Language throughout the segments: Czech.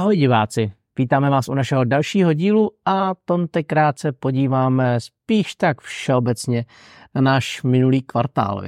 Ahoj diváci, vítáme vás u našeho dalšího dílu a tentokrát se podíváme spíš tak všeobecně na náš minulý kvartál.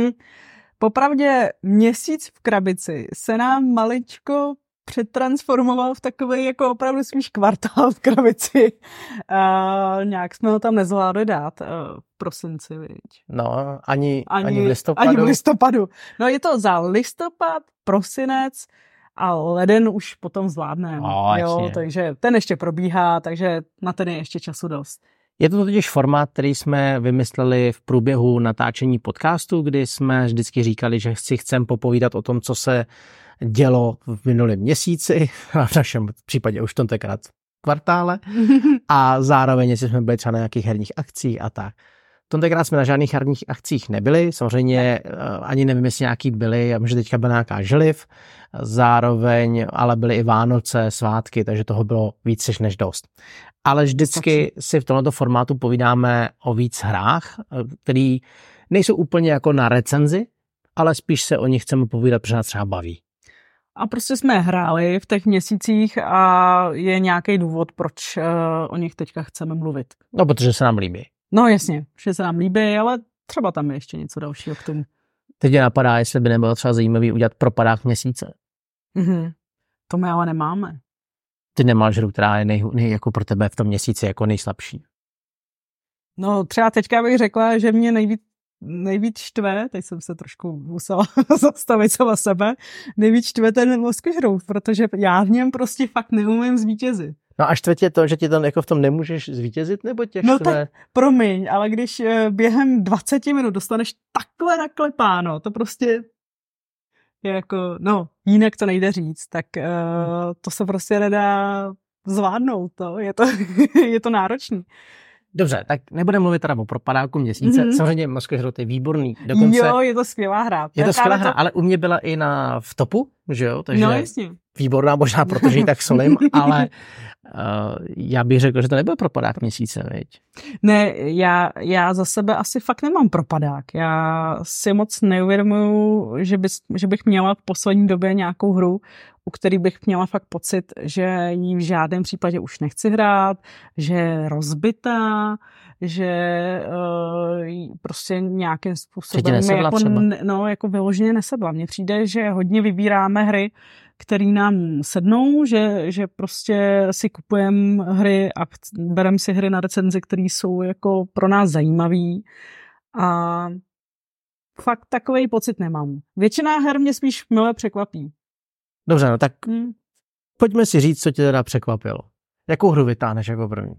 Popravdě měsíc v krabici se nám maličko přetransformoval v takový jako opravdu spíš kvartál v krabici. Nějak jsme ho tam nezvládli dát v prosinci, viď? No, ani v listopadu. Ani v listopadu. No je to za listopad, prosinec a leden už potom zvládneme. Jo, takže ten ještě probíhá, takže na ten je ještě času dost. Je to totiž formát, který jsme vymysleli v průběhu natáčení podcastu, kdy jsme vždycky říkali, že si chceme popovídat o tom, co se dělo v minulém měsíci, a v našem případě už tentokrát kvartále, a zároveň, jestli jsme byli třeba na nějakých herních akcích a tak. Tentokrát jsme na žádných herních akcích nebyli, samozřejmě ani nevím, jestli nějaký byly, já myslím, že teďka byla nějaká žliv, zároveň ale byly i Vánoce, svátky, takže toho bylo víc než dost. Ale vždycky si v tomto formátu povídáme o víc hrách, které nejsou úplně jako na recenzi, ale spíš se o nich chceme povídat, protože nás třeba baví. A prostě jsme hráli v těch měsících a je nějaký důvod, proč o nich teďka chceme mluvit. No, protože se nám líbí. No jasně, že se nám líbí, ale třeba tam je ještě něco dalšího k tomu. Teď mě napadá, jestli by nebylo třeba zajímavý udělat propadák měsíce. To my ale nemáme. Ty nemáš hru, která je jako pro tebe v tom měsíci jako nejslabší. No třeba teďka bych řekla, že mě nejvíc štve, teď jsem se trošku musela zastavit sama sebe, nejvíc štve ten Moskvižrout, protože já v něm prostě fakt neumím zvítězit. No a štve tě to, že ti tam jako v tom nemůžeš zvítězit, nebo tě štve? No tak promiň, ale když během 20 minut dostaneš takhle naklepáno, to prostě je jako, no, jinak to nejde říct, tak to se prostě nedá zvládnout, je to náročný. Dobře, tak nebudeme mluvit teda o propadáku měsíce. Samozřejmě Moskvižrout je výborný. Dokonce, jo, je to skvělá hra. Je to skvělá hra, ale u mě byla i v topu, že jo? Takže no jasně. Výborná, možná protože ji tak solím, ale já bych řekl, že to nebyl propadák měsíce, viď? Ne, já za sebe asi fakt nemám propadák. Já si moc neuvědomuju, že bych měla v poslední době nějakou hru, u který bych měla fakt pocit, že ji v žádném případě už nechci hrát, že je rozbitá, že prostě nějakým způsobem jako vyloženě nesedla. Mně přijde, že hodně vybíráme hry, které nám sednou, že prostě si kupujeme hry a bereme si hry na recenzi, které jsou jako pro nás zajímavý. A fakt takovej pocit nemám. Většina her mě spíš mile překvapí. Dobře, no tak pojďme si říct, co tě teda překvapilo. Jakou hru vytáhneš jako první?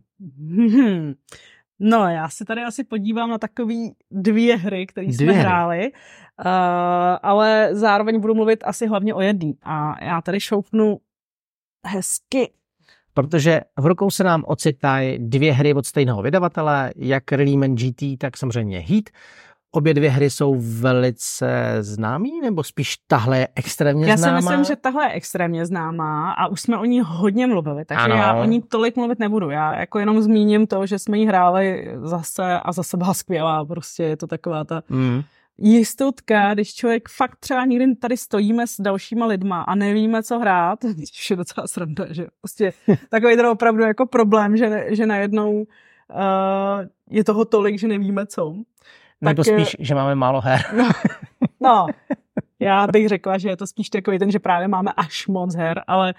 No, já se tady asi podívám na takový 2 hry, které jsme hráli, ale zároveň budu mluvit asi hlavně o jedné. A já tady šoupnu hezky. Protože v rukou se nám ocitají 2 hry od stejného vydavatele, jak Rallyman GT, tak samozřejmě Heat. Obě 2 hry jsou velice známý, nebo spíš tahle je extrémně známá? Já si myslím, že tahle je extrémně známá a už jsme o ní hodně mluvili, takže já o ní tolik mluvit nebudu. Já jako jenom zmíním to, že jsme ji hráli zase a zase byla skvělá. Prostě je to taková ta jistotka, když člověk fakt třeba někdy tady stojíme s dalšíma lidma a nevíme, co hrát, což je docela sranda, že prostě takový teda opravdu jako problém, že najednou je toho tolik, že nevíme co. Nebo spíš, že máme málo her. No, já bych řekla, že je to spíš takový ten, že právě máme až moc her, ale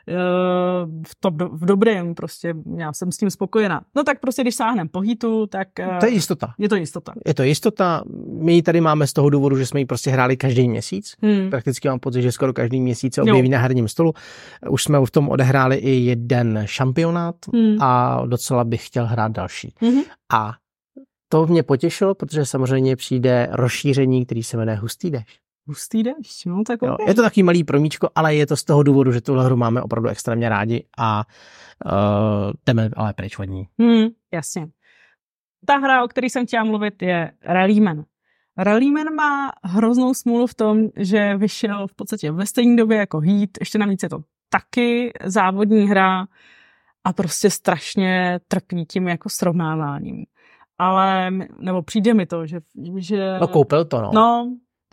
v dobrém prostě já jsem s tím spokojená. No tak prostě, když sáhneme po Heatu, tak to je jistota. Je to jistota. Je to jistota. My ji tady máme z toho důvodu, že jsme ji prostě hráli každý měsíc. Prakticky mám pocit, že skoro každý měsíc se objeví na herním stolu. Už jsme v tom odehráli i 1 šampionát a docela bych chtěl hrát další. A to mě potěšilo, protože samozřejmě přijde rozšíření, který se jmenuje Hustý déšť. Hustý déšť, no tak jo, je to takový malý promíčko, ale je to z toho důvodu, že tuhle hru máme opravdu extrémně rádi a jdeme ale pryč od ní. Jasně. Ta hra, o které jsem chtěla mluvit, je Rallyman. Rallyman má hroznou smůlu v tom, že vyšel v podstatě ve stejné době jako Heat, ještě navíc je to taky závodní hra a prostě strašně trpí tím jako srovnáváním. Ale, nebo přijde mi to, že no koupil to, no. No,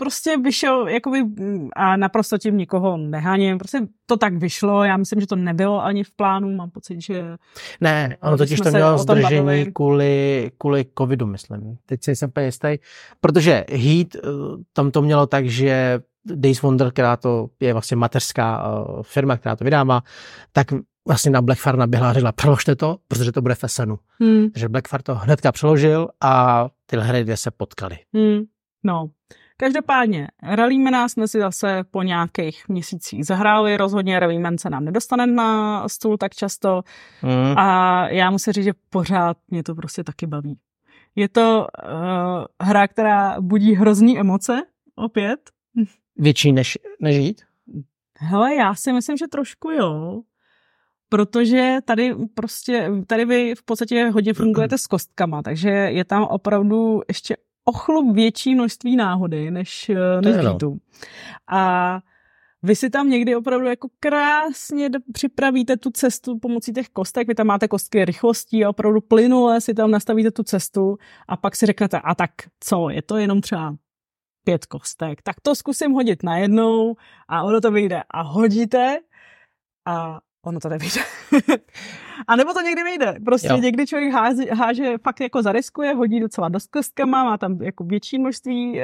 prostě vyšel, jakoby, a naprosto tím nikoho neháním, prostě to tak vyšlo, já myslím, že to nebylo ani v plánu, mám pocit, že... Ne, ono totiž to mělo zdržení kvůli covidu, myslím. Teď jsem úplně jistý, protože Heat, tam to mělo tak, že Days Wonder, která to je vlastně mateřská firma, která to vydává, tak vlastně na Blackfire naběhla a řekla, přeložte to, protože to bude v SNu. Takže Blackfire to hnedka přeložil a tyhle hry dvě se potkaly. No, každopádně, Rallyman jsme si zase po nějakých měsících zahráli, rozhodně Rallyman se nám nedostane na stůl tak často a já musím říct, že pořád mě to prostě taky baví. Je to hra, která budí hrozný emoce, opět. Větší než Heat? Hele, já si myslím, že trošku jo. Protože tady vy v podstatě hodně fungujete s kostkama, takže je tam opravdu ještě o chlup větší množství náhody než Heatu. A vy si tam někdy opravdu jako krásně připravíte tu cestu pomocí těch kostek, vy tam máte kostky rychlostí a opravdu plynule si tam nastavíte tu cestu a pak si řeknete, a tak co, je to jenom třeba 5 kostek, tak to zkusím hodit najednou a ono to vyjde a hodíte a ono to nevyjde. A nebo to někdy vyjde. Prostě někdy člověk háže fakt jako zariskuje, hodí docela dost kostkama, má tam jako větší množství,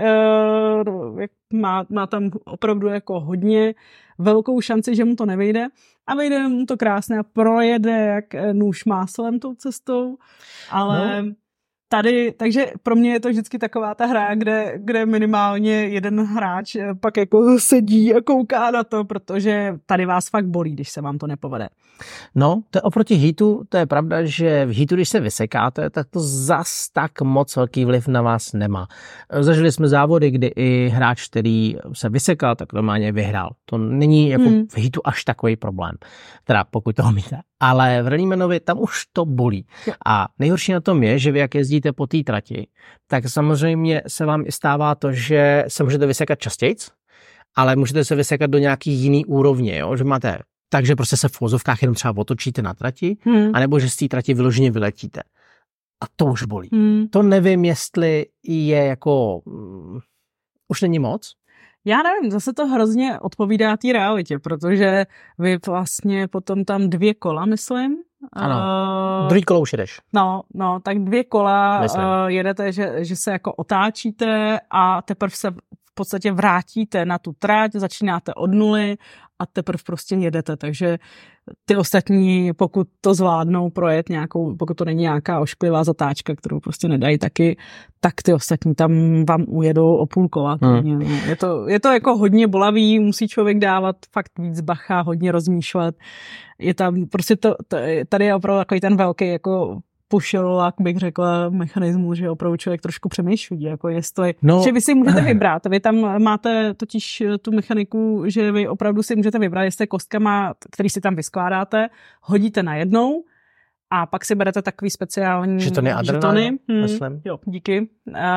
má tam opravdu jako hodně velkou šanci, že mu to nevyjde. A vyjde mu to krásně a projede jak nůž máslem tou cestou, ale... No. Tady, takže pro mě je to vždycky taková ta hra, kde minimálně jeden hráč pak jako sedí a kouká na to, protože tady vás fakt bolí, když se vám to nepovede. No, to je oproti Heatu, to je pravda, že v Heatu, když se vysekáte, tak to zas tak moc velký vliv na vás nemá. Zažili jsme závody, kdy i hráč, který se vysekal, tak normálně vyhrál. To není jako v Heatu až takový problém, teda pokud toho míte. Ale v Rallymanovi tam už to bolí. A nejhorší na tom je, že vy jak jezdíte po té trati, tak samozřejmě se vám i stává to, že se můžete vysekat častějc, ale můžete se vysekat do nějaký jiný úrovně, jo? Že máte takže prostě se v vozovkách jenom třeba otočíte na trati, anebo že z té trati vyloženě vyletíte. A to už bolí. To nevím, jestli je jako... už není moc. Já nevím, zase to hrozně odpovídá té realitě, protože vy vlastně potom tam 2 kola, myslím. Ano, druhý kolo už jedeš. No, tak 2 kola jedete, že se jako otáčíte a teprve se v podstatě vrátíte na tu trať, začínáte od nuly a teprve prostě jedete, takže ty ostatní, pokud to zvládnou projet nějakou, pokud to není nějaká ošklivá zatáčka, kterou prostě nedají taky, tak ty ostatní tam vám ujedou o půl kola. Je to jako hodně bolavý, musí člověk dávat fakt víc bacha, hodně rozmýšlet. Je tam prostě tady je opravdu takový ten velký jako pušelák, bych řekla, mechanismus, že opravdu člověk trošku přemýšlí, jako jestli, že vy si můžete vybrat, vy tam máte totiž tu mechaniku, že vy opravdu si můžete vybrat, jestli kostkama, který si tam vyskládáte, hodíte najednou a pak si berete takový speciální žetony. Jo, díky.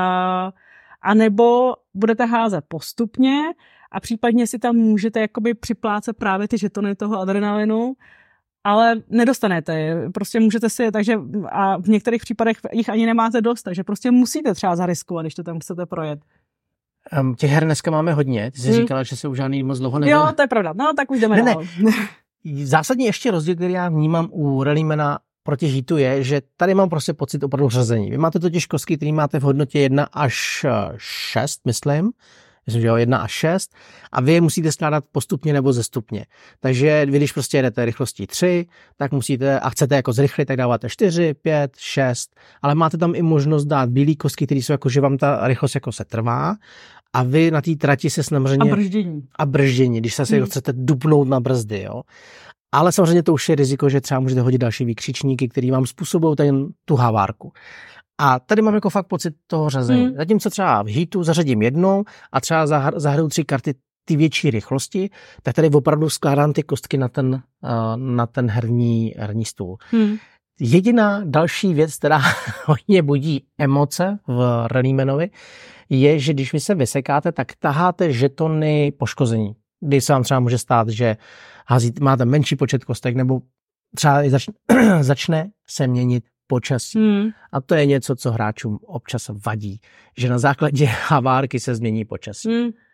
A nebo budete házet postupně a případně si tam můžete jakoby připlácet právě ty žetony toho adrenalinu, ale nedostanete je. Prostě můžete si je, takže a v některých případech jich ani nemáte dost, takže prostě musíte třeba zariskovat, když to tam chcete projet. Těch her dneska máme hodně. Ty jsi říkala, že se už žádný moc dlouho nebyl. Jo, to je pravda. No, tak už jdeme dál. Zásadně ještě rozdíl, který já vnímám u Rallymana proti Heatu je, že tady mám prostě pocit opravdu řazení. Vy máte totiž kostky, které máte v hodnotě 1 až 6, myslím, že jo, 1 až 6 a vy je musíte skládat postupně nebo zestupně. Takže vy, když prostě jedete rychlostí 3, tak musíte, a chcete jako zrychlit, tak dáváte 4, 5, 6, ale máte tam i možnost dát bílý kostky, které jsou jako, že vám ta rychlost jako se trvá a vy na té trati se samozřejmě... A brždění, když se chcete dupnout na brzdy, jo. Ale samozřejmě to už je riziko, že třeba můžete hodit další výkřičníky, který vám způsobují tu havárku. A tady mám jako fakt pocit toho řazení. Zatímco třeba v Heatu zařadím jednou a třeba zahraju 3 karty ty větší rychlosti, tak tady opravdu skládám ty kostky na ten herní stůl. Jediná další věc, která hodně budí emoce v Rallymanovi, je, že když vy se vysekáte, tak taháte žetony poškození. Kdy se vám třeba může stát, že máte menší počet kostek, nebo třeba začne se měnit počasí. A to je něco, co hráčům občas vadí, že na základě havárky se změní počasí.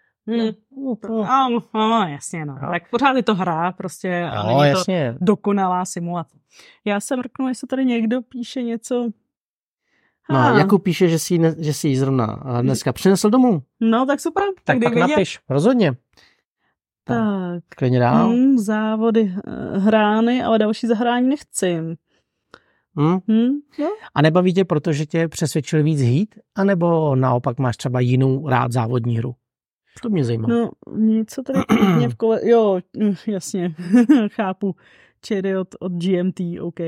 Jasně, no. Tak pořád je to hra, prostě, a není to dokonalá simulace. Já se mrknu, jestli tady někdo píše něco. No, Jakub píše, že si ji zrovna dneska přinesl domů. No, tak super. Tak pak napiš, rozhodně. Tak. Klidně dál. Závody hrány, ale další zahrání nechci. No? A nebaví tě, protože tě přesvědčil víc Heat? A nebo naopak máš třeba jinou rád závodní hru? To mě zajímá. No, něco tady v kole... Jo, jasně, chápu. Cherry od GMT, OK.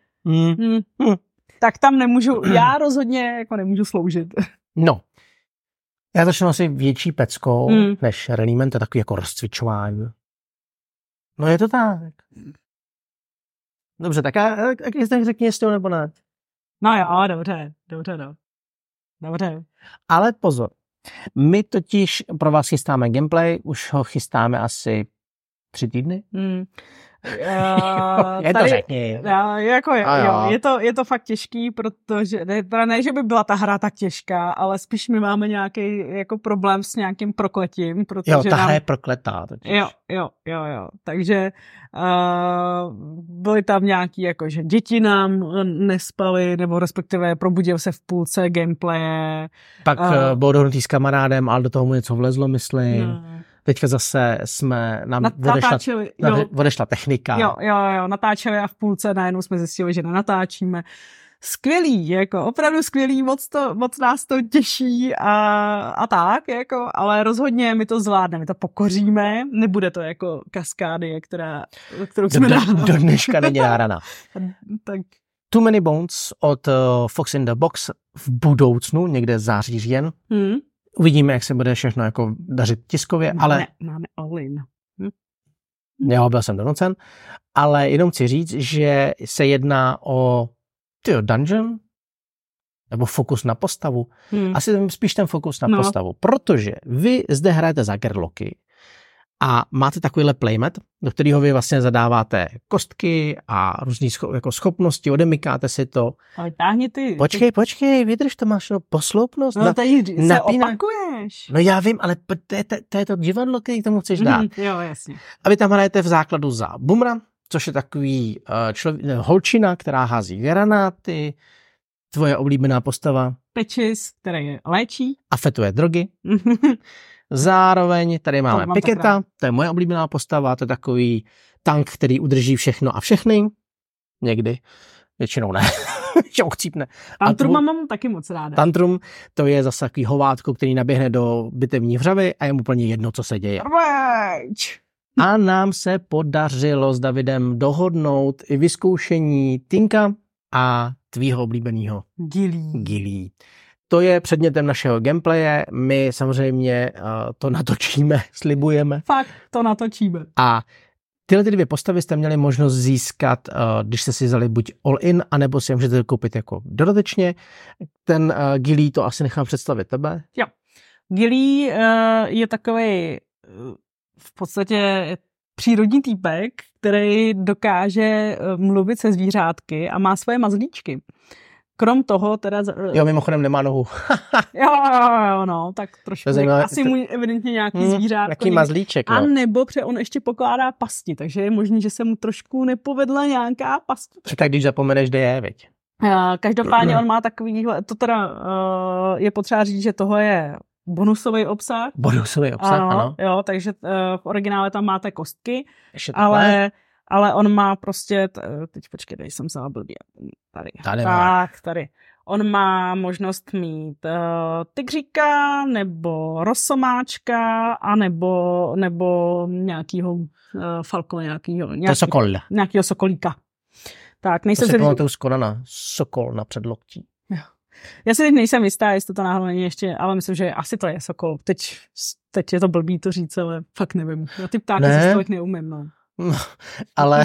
Tak tam nemůžu, já rozhodně jako nemůžu sloužit. No. Já začnu asi větší peckou než Rallyman, to je takový jako rozcvičování. No je to tak. Dobře, tak řekni, jestli to nebo ne. No jo, dobře. Ale pozor, my totiž pro vás chystáme gameplay, už ho chystáme asi 3 týdny. Je to fakt těžký, protože ne, že by byla ta hra tak těžká, ale spíš my máme nějaký jako problém s nějakým prokletím. Protože ta hra je prokletá. Totiž. Jo. Takže byly tam nějaký, jako, že děti nám nespaly, nebo respektive probudil se v půlce gameplaye. Pak byl dohodnutý s kamarádem, ale do toho mu něco vlezlo, myslím. Teďka zase nám odešla technika. Jo, natáčeli a v půlce najednou jsme zjistili, že nenatáčíme. Skvělý, jako opravdu skvělý, moc nás to těší a tak, jako, ale rozhodně my to zvládneme, my to pokoříme, nebude to jako kaskády, kterou jsme dávali. Do dneška není náraná. Tak. Too Many Bones od Fox in the Box v budoucnu, někde září, říjen. Uvidíme, jak se bude všechno jako dařit tiskově, ale... Máme all-in. Já byl jsem donucen, ale jenom chci říct, že se jedná o dungeon, nebo fokus na postavu. Asi spíš ten fokus na postavu, protože vy zde hrajete za Gerloky a máte takovýhle playmat, do kterého vy vlastně zadáváte kostky a různý jako schopnosti, odemykáte si to. Ale táhni ty. Počkej, vydrž, to máš posloupnost. No tady se opakuješ. No já vím, ale to je to divadlo, který tomu chceš dát. Jo, jasně. A vy tam hrajete v základu za Bumra, což je takový holčina, která hází granáty, tvoje oblíbená postava. Pečis, který je léčí. A fetuje drogy. Zároveň tady máme Piketa, to je moje oblíbená postava, to je takový tank, který udrží všechno a všechny. Někdy, většinou ne. Většinou chcípne. Tantrum mám taky moc ráda. Tantrum, to je zase takový hovátko, který naběhne do bitevní hřavy a je mu úplně jedno, co se děje. A nám se podařilo s Davidem dohodnout i vyzkoušení Tinka a tvýho oblíbeného Gilly. To je předmětem našeho gameplaye, my samozřejmě to natočíme, slibujeme. Fakt, to natočíme. A tyhle 2 postavy jste měli možnost získat, když jste si vzali buď all-in, anebo si je můžete koupit jako dodatečně. Ten Gilly, to asi nechám představit tebe. Jo. Gilly je takový v podstatě přírodní týpek, který dokáže mluvit se zvířátky a má svoje mazlíčky. Krom toho teda... Jo, mimochodem nemá nohu. jo, no, tak trošku. Asi mu evidentně nějaký zvířátko. Nějaký mazlíček, no. A nebo on ještě pokládá pasti, takže je možný, že se mu trošku nepovedla nějaká pasti. Tak když zapomeneš, kde je, viď? Každopádně on má takovýhle, to teda je potřeba říct, že toho je bonusový obsah. Ano. Jo, takže v originále tam máte kostky, ale on má prostě, teď počkej, tady jsem se blbě. Tady. On má možnost mít tygříka, nebo rosomáčka, a nebo nějakýho falko, nějakýho sokolíka. Tak, nejsem to si pamatuju z Konana. Sokol na předloktí. Já si teď nejsem jistá, jestli to náhodou není ještě, ale myslím, že asi to je sokol. Teď je to blbý to říct, ale fakt nevím. Já ty ptáky si tolik neumím, no. Ale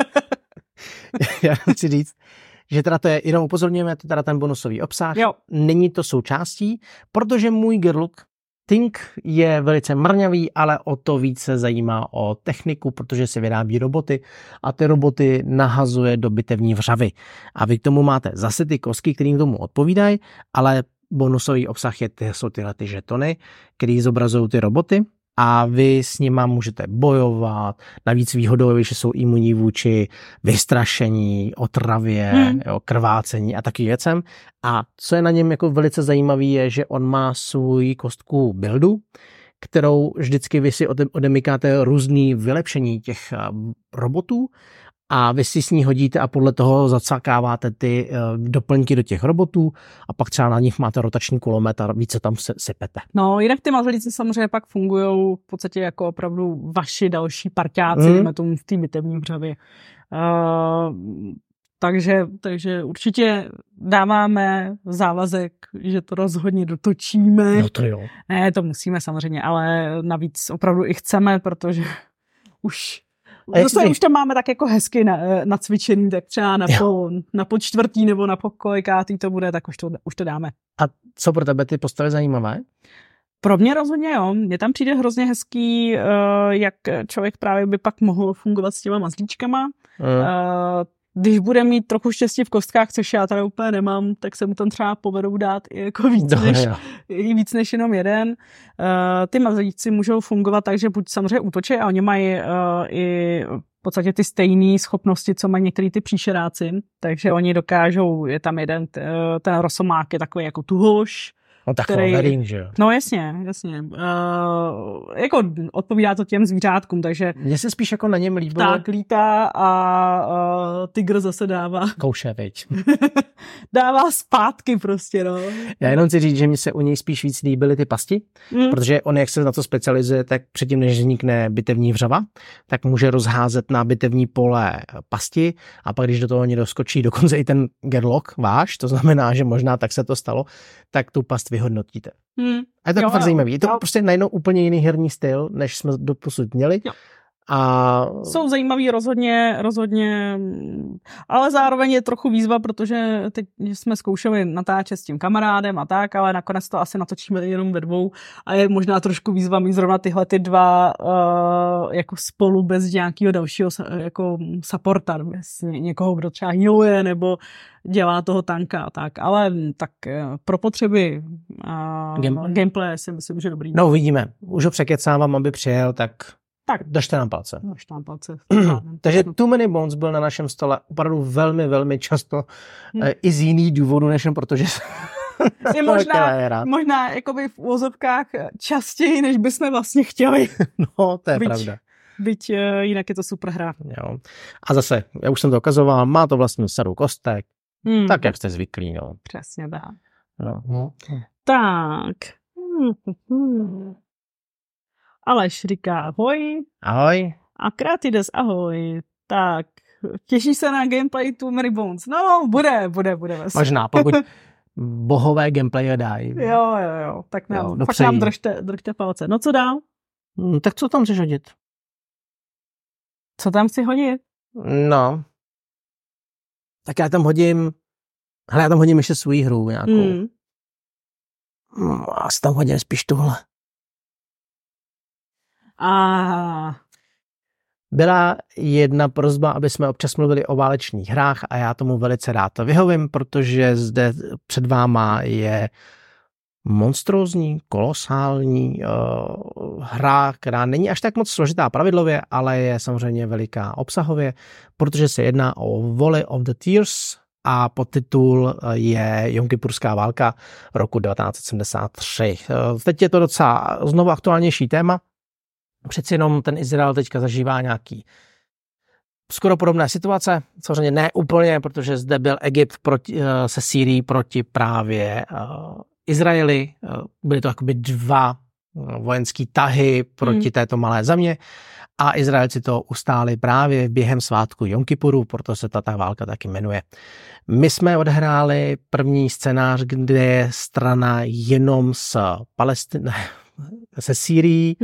já chci říct, že teda to je, jenom upozorňujeme, to teda ten bonusový obsah, není to součástí, protože můj Gerluk Think je velice mrňavý, ale o to více zajímá o techniku, protože se vyrábí roboty a ty roboty nahazuje do bitevní vřavy. A vy k tomu máte zase ty kostky, které k tomu odpovídají, ale bonusový obsah jsou tyhle ty žetony, které zobrazují ty roboty a vy s nima můžete bojovat. Navíc výhodou je, že jsou imunní vůči vystrašení, otravě, krvácení a takovým věcem. A co je na něm jako velice zajímavý je, že on má svůj kostku buildu, kterou vždycky vy si odemykáte různý vylepšení těch robotů a vy si s ní hodíte a podle toho zacákáváte ty doplňky do těch robotů a pak třeba na nich máte rotační kulomet a více tam sypete. No, jinak ty mazlíci samozřejmě pak fungují v podstatě jako opravdu vaši další parťáci, dejme tomu v té bitevní vřavě. Takže určitě dáváme závazek, že to rozhodně dotočíme. No to jo. Ne, to musíme samozřejmě, ale navíc opravdu i chceme, protože už tam máme tak jako hezky nacvičený, tak třeba na po čtvrtý nebo na po kolikátý to bude, tak už to dáme. A co pro tebe ty postavy zajímavé? Pro mě rozhodně jo. Mně tam přijde hrozně hezký, jak člověk právě by pak mohl fungovat s těma mazlíčkama. Když bude mít trochu štěstí v kostkách, což já tady úplně nemám, tak se mu tam třeba povedou dát i jako víc než jenom jeden. Ty mazlíci můžou fungovat tak, že buď samozřejmě útočí a oni mají i v podstatě ty stejné schopnosti, co mají některý ty příšeráci, takže oni dokážou, je tam jeden, ten rosomák je takový jako tuhoš, no takový verín, že jo? No jasně. Jako odpovídá to těm zvířátkům, takže... Mně se spíš jako na něm líbilo... Tak lítá a tygr zase dává... Kouše, viď. Dává zpátky prostě, no. Já jenom chci říct, že mi se u něj spíš víc líbily ty pasti, protože on, jak se na to specializuje, tak předtím, než vznikne bitevní vřava, tak může rozházet na bitevní pole pasti a pak, když do toho někdo skočí, dokonce i ten Gerlock váš, to znamená, že možná tak se to stalo, tak tu past vyhodnotíte. A je to fakt zajímavý. Je to prostě najednou úplně jiný herní styl, než jsme doposud měli. Jo. A... Jsou zajímavý rozhodně, ale zároveň je trochu výzva, protože teď jsme zkoušeli natáčet s tím kamarádem a tak, ale nakonec to asi natočíme jenom ve dvou a je možná trošku výzva mít zrovna tyhle ty dva jako spolu bez nějakého dalšího jako supporta, bez někoho, kdo třeba healuje nebo dělá toho tanka a tak, ale tak pro potřeby gameplay si myslím, že dobrý. No uvidíme. Už ho překecávám, aby přijel, tak držte nám palce. Takže Too Many Bones byl na našem stole opravdu velmi, velmi často i z jiných důvodů, než jen protože je možná jakoby v úvozovkách častěji, než bychom vlastně chtěli. No, to je pravda. Byť jinak je to super hra. Jo. A zase, já už jsem to ukazoval, má to vlastně sadu kostek, tak jak jste zvyklí. No. Přesně tak. No. Tak. Aleš říká ahoj. Ahoj. A Kratides ahoj. Tak, těší se na gameplay Too Many Bones. No, bude. Možná, pokud bohové gameplaye dají. Jo. Tak nám držte palce. No co dál? Tak co tam chceš hodit? Co tam chci hodit? No. Tak já tam hodím ještě svou hru nějakou. Asi tam hodím spíš tuhle. Byla jedna prosba, aby jsme občas mluvili o válečných hrách a já tomu velice rád vyhovím, protože zde před váma je monstrózní, kolosální hra, která není až tak moc složitá pravidlově, ale je samozřejmě veliká obsahově, protože se jedná o Valley of the Tears a podtitul je Jomkipurská válka roku 1973. Teď je to docela znovu aktuálnější téma. Přeci jenom ten Izrael teďka zažívá nějaký skoro podobné situace, samozřejmě ne úplně, protože zde byl Egypt se Sýrií proti právě Izraeli. Byly to jakoby dva vojenský tahy proti této malé země a Izraelci to ustáli právě během svátku Jom Kipuru, proto se ta válka taky jmenuje. My jsme odehráli první scénář, kde je strana jenom se Sýrií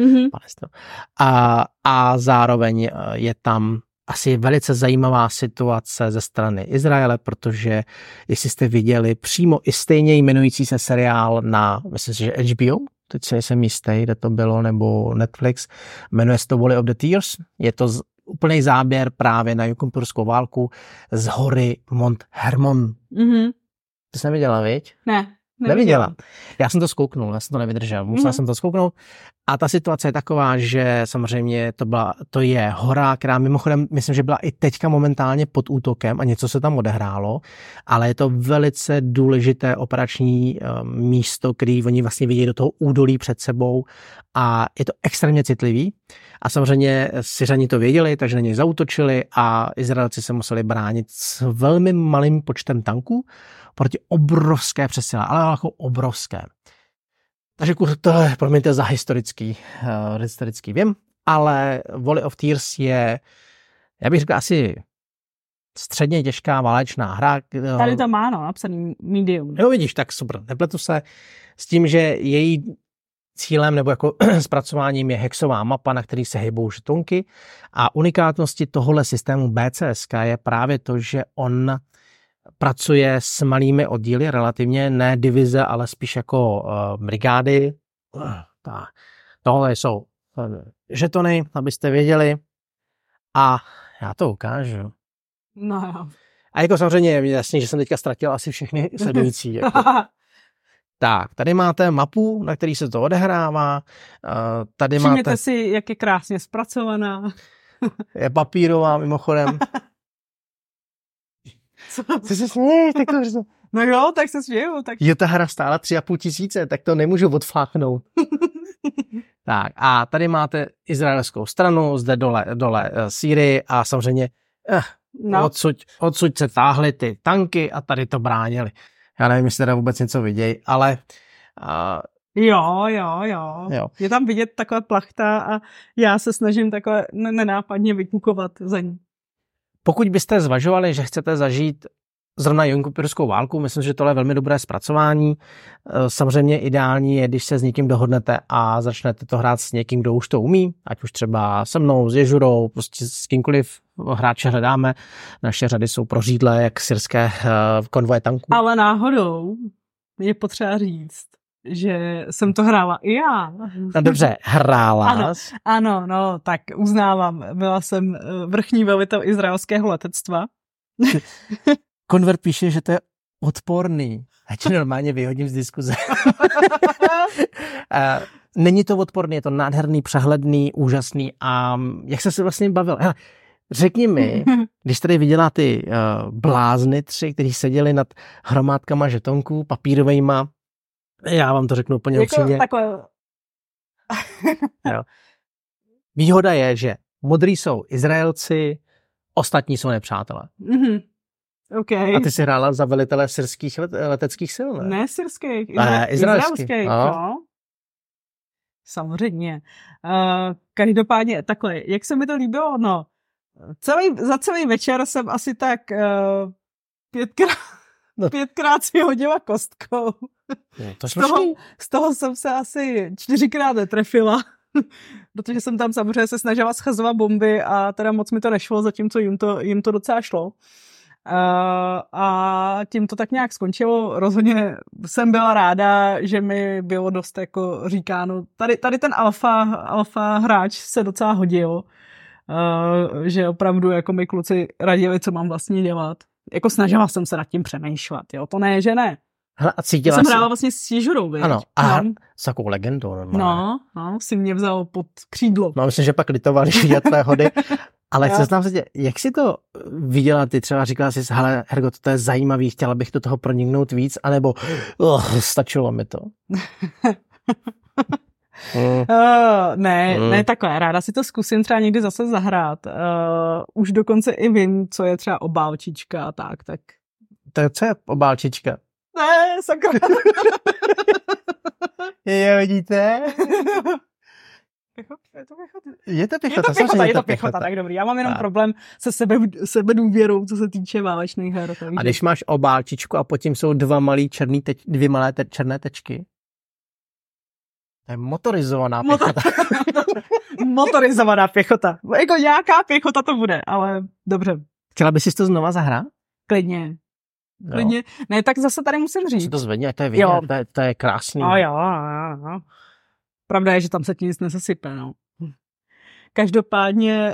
a zároveň je tam asi velice zajímavá situace ze strany Izraele, protože jestli jste viděli přímo i stejně jmenující se seriál na, myslím si, že HBO, teď si nejsem jistý, kde to bylo, nebo Netflix, jmenuje se to Valley of the Tears, je to úplný záběr právě na Jumperskou válku z hory Mont Hermon. Mm-hmm. Ty jsi neviděla, viď? Ne. Neviděla. Já jsem to zkouknul, já jsem to nevydržel, musel jsem to zkouknout. A ta situace je taková, že samozřejmě to je hora, která mimochodem, myslím, že byla i teďka momentálně pod útokem a něco se tam odehrálo, ale je to velice důležité operační místo, který oni vlastně vidí do toho údolí před sebou a je to extrémně citlivý. A samozřejmě Syřani to věděli, takže na něj zaútočili a Izraelci se museli bránit s velmi malým počtem tanků proti obrovské přesile, ale jako obrovské. Takže to je, promiňte, za historický vím, ale Valley of Tears je, já bych řekl, asi středně těžká válečná hra. Tady to má, napsaný medium. Jo, vidíš, tak super. Nepletu se s tím, že její cílem nebo jako zpracováním je hexová mapa, na který se hybou žetonky a unikátností tohohle systému BCSK je právě to, že on pracuje s malými oddíly, relativně ne divize, ale spíš jako brigády. Tohle jsou žetony, abyste věděli. A já to ukážu. No jo. A jako samozřejmě je jasný, že jsem teďka ztratil asi všechny sledující. Jako. Tak, tady máte mapu, na který se to odehrává. Tady všimněte máte... si, jak je krásně zpracovaná. Je papírová mimochodem. Co se směješ? No jo, tak se směju. Tak... Jo, ta hra stála 3 500, tak to nemůžu odfláknout. Tak a tady máte izraelskou stranu, zde dole Sýrii a samozřejmě odsud se táhly ty tanky a tady to bránili. Já nevím, jestli teda vůbec něco vidějí, ale... Jo. Je tam vidět taková plachta a já se snažím takhle nenápadně vykukovat za ní. Pokud byste zvažovali, že chcete zažít zrovna Jumperskou válku, myslím, že tohle je velmi dobré zpracování. Samozřejmě ideální je, když se s někým dohodnete a začnete to hrát s někým, kdo už to umí, ať už třeba se mnou, s Ježurou, prostě s kýmkoliv hráče hledáme. Naše řady jsou prořídlé, jak syrské konvoje tanků. Ale náhodou je potřeba říct, že jsem to hrála i já. No dobře, hrála. Ano, no, tak uznávám. Byla jsem vrchní velitel izraelského letectva. Konvert píše, že to je odporný. Já tě normálně vyhodím z diskuze. Není to odporný, je to nádherný, přehledný, úžasný a jak jsi se vlastně bavil? Hele, řekni mi, když tady viděla ty blázny 3, kteří seděli nad hromádkama žetonků, papírovejma, já vám to řeknu úplně upřímně. Takhle. Výhoda je, že modrý jsou Izraelci, ostatní jsou nepřátelé. Mm-hmm. Okay. A ty jsi hrála za velitele syrských leteckých sil, ne? Ne syrských, izraelských. No. Samozřejmě. Každopádně takhle, jak se mi to líbilo, no, za celý večer jsem asi tak 5krát si hodila kostkou. Z toho jsem se asi 4krát netrefila, protože jsem tam samozřejmě se snažila schazovat bomby a teda moc mi to nešlo, zatímco jim to docela šlo. A tím to tak nějak skončilo. Rozhodně jsem byla ráda, že mi bylo dost jako říkáno, tady ten alfa hráč se docela hodil, že opravdu jako mi kluci radili, co mám vlastně dělat. Jako snažila jsem se nad tím přemýšlet, jo, to ne, že ne. Hele, a cítila jsem hrála vlastně s Ježurou, viď? Ano, a s takovou legendou normálně. No, si mě vzal pod křídlo. No, myslím, že pak litovali tvé hody. Ale seznám se tě, jak jsi to viděla ty? Třeba říkala jsi, hele, Hergo, to je zajímavý, chtěla bych do toho proniknout víc, anebo stačilo mi to? Ne, takhle, ráda si to zkusím třeba někdy zase zahrát. Už dokonce i vím, co je třeba obálčička a tak. To je, co je obálčička? Ne, sakra. Je, vidíte? Je to pěchota, tak dobrý. Já mám jenom problém se sebedůvěrou, co se týče válečných her. Takže... A když máš obálčičku a potom jsou dvě malé černé tečky? To je motorizovaná pěchota. Motorizovaná pěchota. Jako nějaká pěchota to bude, ale dobře. Chtěla bys si to znova zahrát? Klidně. Ne, tak zase tady musím říct. Co to zvedni, to je vidět, to je krásný. Jo. Pravda je, že tam se ti nic nesesype, no. Každopádně,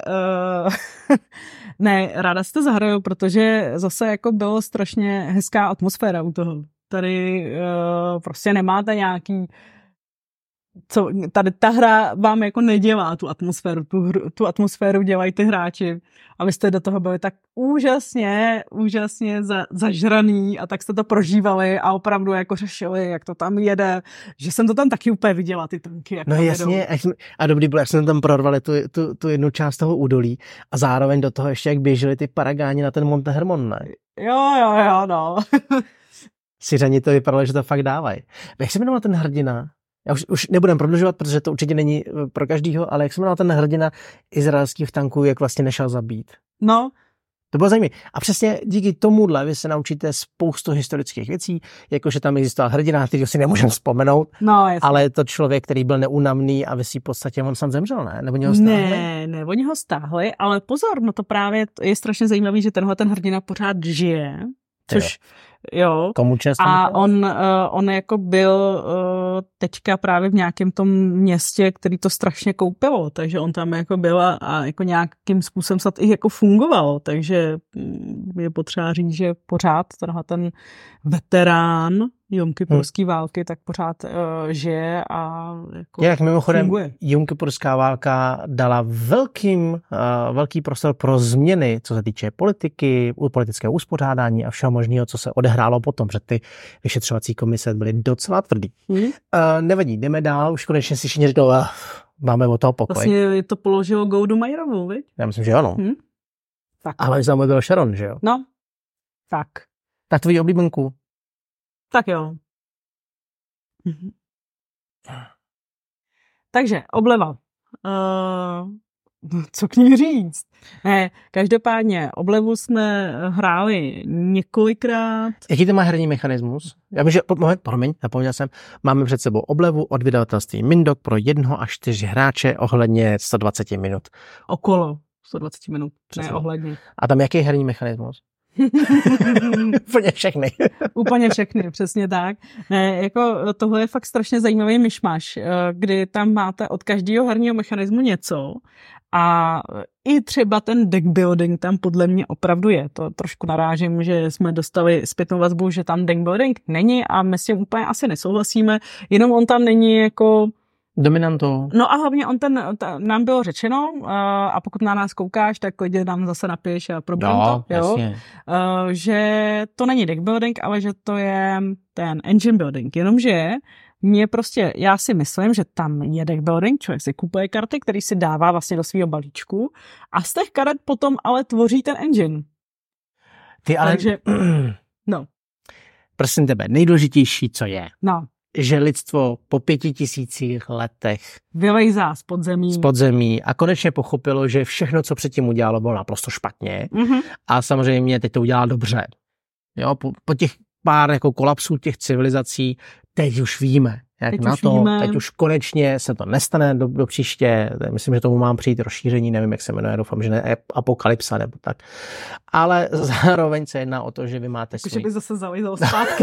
ne, ráda si to zahraju, protože zase jako bylo strašně hezká atmosféra u toho. Tady prostě nemáte nějaký, co tady ta hra vám jako nedělá tu atmosféru, tu atmosféru dělají ty hráči a vy jste do toho byli tak úžasně zažraný a tak jste to prožívali a opravdu jako řešili, jak to tam jede, že jsem to tam taky úplně viděla, ty tanky. Jak no jasně, a dobrý bylo, jak jsme tam prorvali tu jednu část toho údolí a zároveň do toho ještě, jak běželi ty paragáni na ten Monte Hermon, ne? Jo, no. Syřani to vypadalo, že to fakt dávají. Jak se jmenoval ten hrdina? Já už nebudem prodlužovat, protože to určitě není pro každýho, ale jak se jmenoval ten hrdina izraelských tanků, jak vlastně nešel zabít? No. To bylo zajímavé. A přesně díky tomuhle vy se naučíte spoustu historických věcí, jakože tam existoval hrdina, který si nemůžeme vzpomenout, no, ale je to člověk, který byl neúnavný a vy si v podstatě on sám zemřel, ne? Nebo oni ho stáhli? Ne, oni ho stáhli, ale pozor, no to právě je strašně zajímavý, že tenhle ten hrdina pořád žije, což jo. Komu čest? A on jako byl teďka právě v nějakém tom městě, který to strašně koupilo, takže on tam jako byl a jako nějakým způsobem snad i jako fungoval, takže je potřeba říct, že pořád tenhle ten veterán jomkypurské války tak pořád žije a jako jak mimochodem funguje. Jomkypurská válka dala velký prostor pro změny, co se týče politiky, politického uspořádání a všeho možného, co se odehrálo potom, že ty vyšetřovací komise byly docela tvrdý. Nevadí, jdeme dál, už konečně si všichni řeknou, máme od toho pokoj. Vlastně to položilo Goudu Majerovou, viď? Já myslím, že ano. Tak. Ale za byl Sharon, že jo? No, tak. Tak tvojí oblíbenku. Tak jo. Takže, obleva. Co k ní říct? Ne, každopádně, oblevu jsme hráli několikrát. Jaký to má herní mechanismus? Já vím, že, promiň, zapomněl jsem, máme před sebou oblevu od vydavatelství Mindok pro 1 až 4 hráče ohledně 120 minut. Okolo 120 minut, přesně. Ne ohledně. A tam jaký herní mechanismus? Úplně všechny. Úplně všechny, přesně tak. Ne, jako tohle je fakt strašně zajímavý myšmaš, kdy tam máte od každého herního mechanismu něco a i třeba ten deck building tam podle mě opravdu je. To trošku narážím, že jsme dostali zpětnou vazbu, že tam deck building není a my s tím úplně asi nesouhlasíme, jenom on tam není jako dominantou. No a hlavně nám bylo řečeno, a pokud na nás koukáš, tak klidně nám zase napiš a problém to, že to není deck building, ale že to je ten engine building, jenomže já si myslím, že tam je deck building, člověk si kupuje karty, který si dává vlastně do svého balíčku a z těch karet potom ale tvoří ten engine. Takže, no. Prosím tebe, nejdůležitější, co je. No. Že lidstvo po 5000 letech vylejzá z podzemí a konečně pochopilo, že všechno, co předtím udělalo, bylo naprosto špatně. A samozřejmě teď to udělá dobře. Jo, po těch pár jako kolapsů těch civilizací, teď už víme, jak teď na to. Víme. Teď už konečně se to nestane do příště. Myslím, že tomu mám přijít rozšíření, nevím, jak se jmenuje, doufám, že ne Apokalypsa nebo tak. Ale zároveň se jedná o to, že vy máte svůj... Že by zase zalízal zpátky.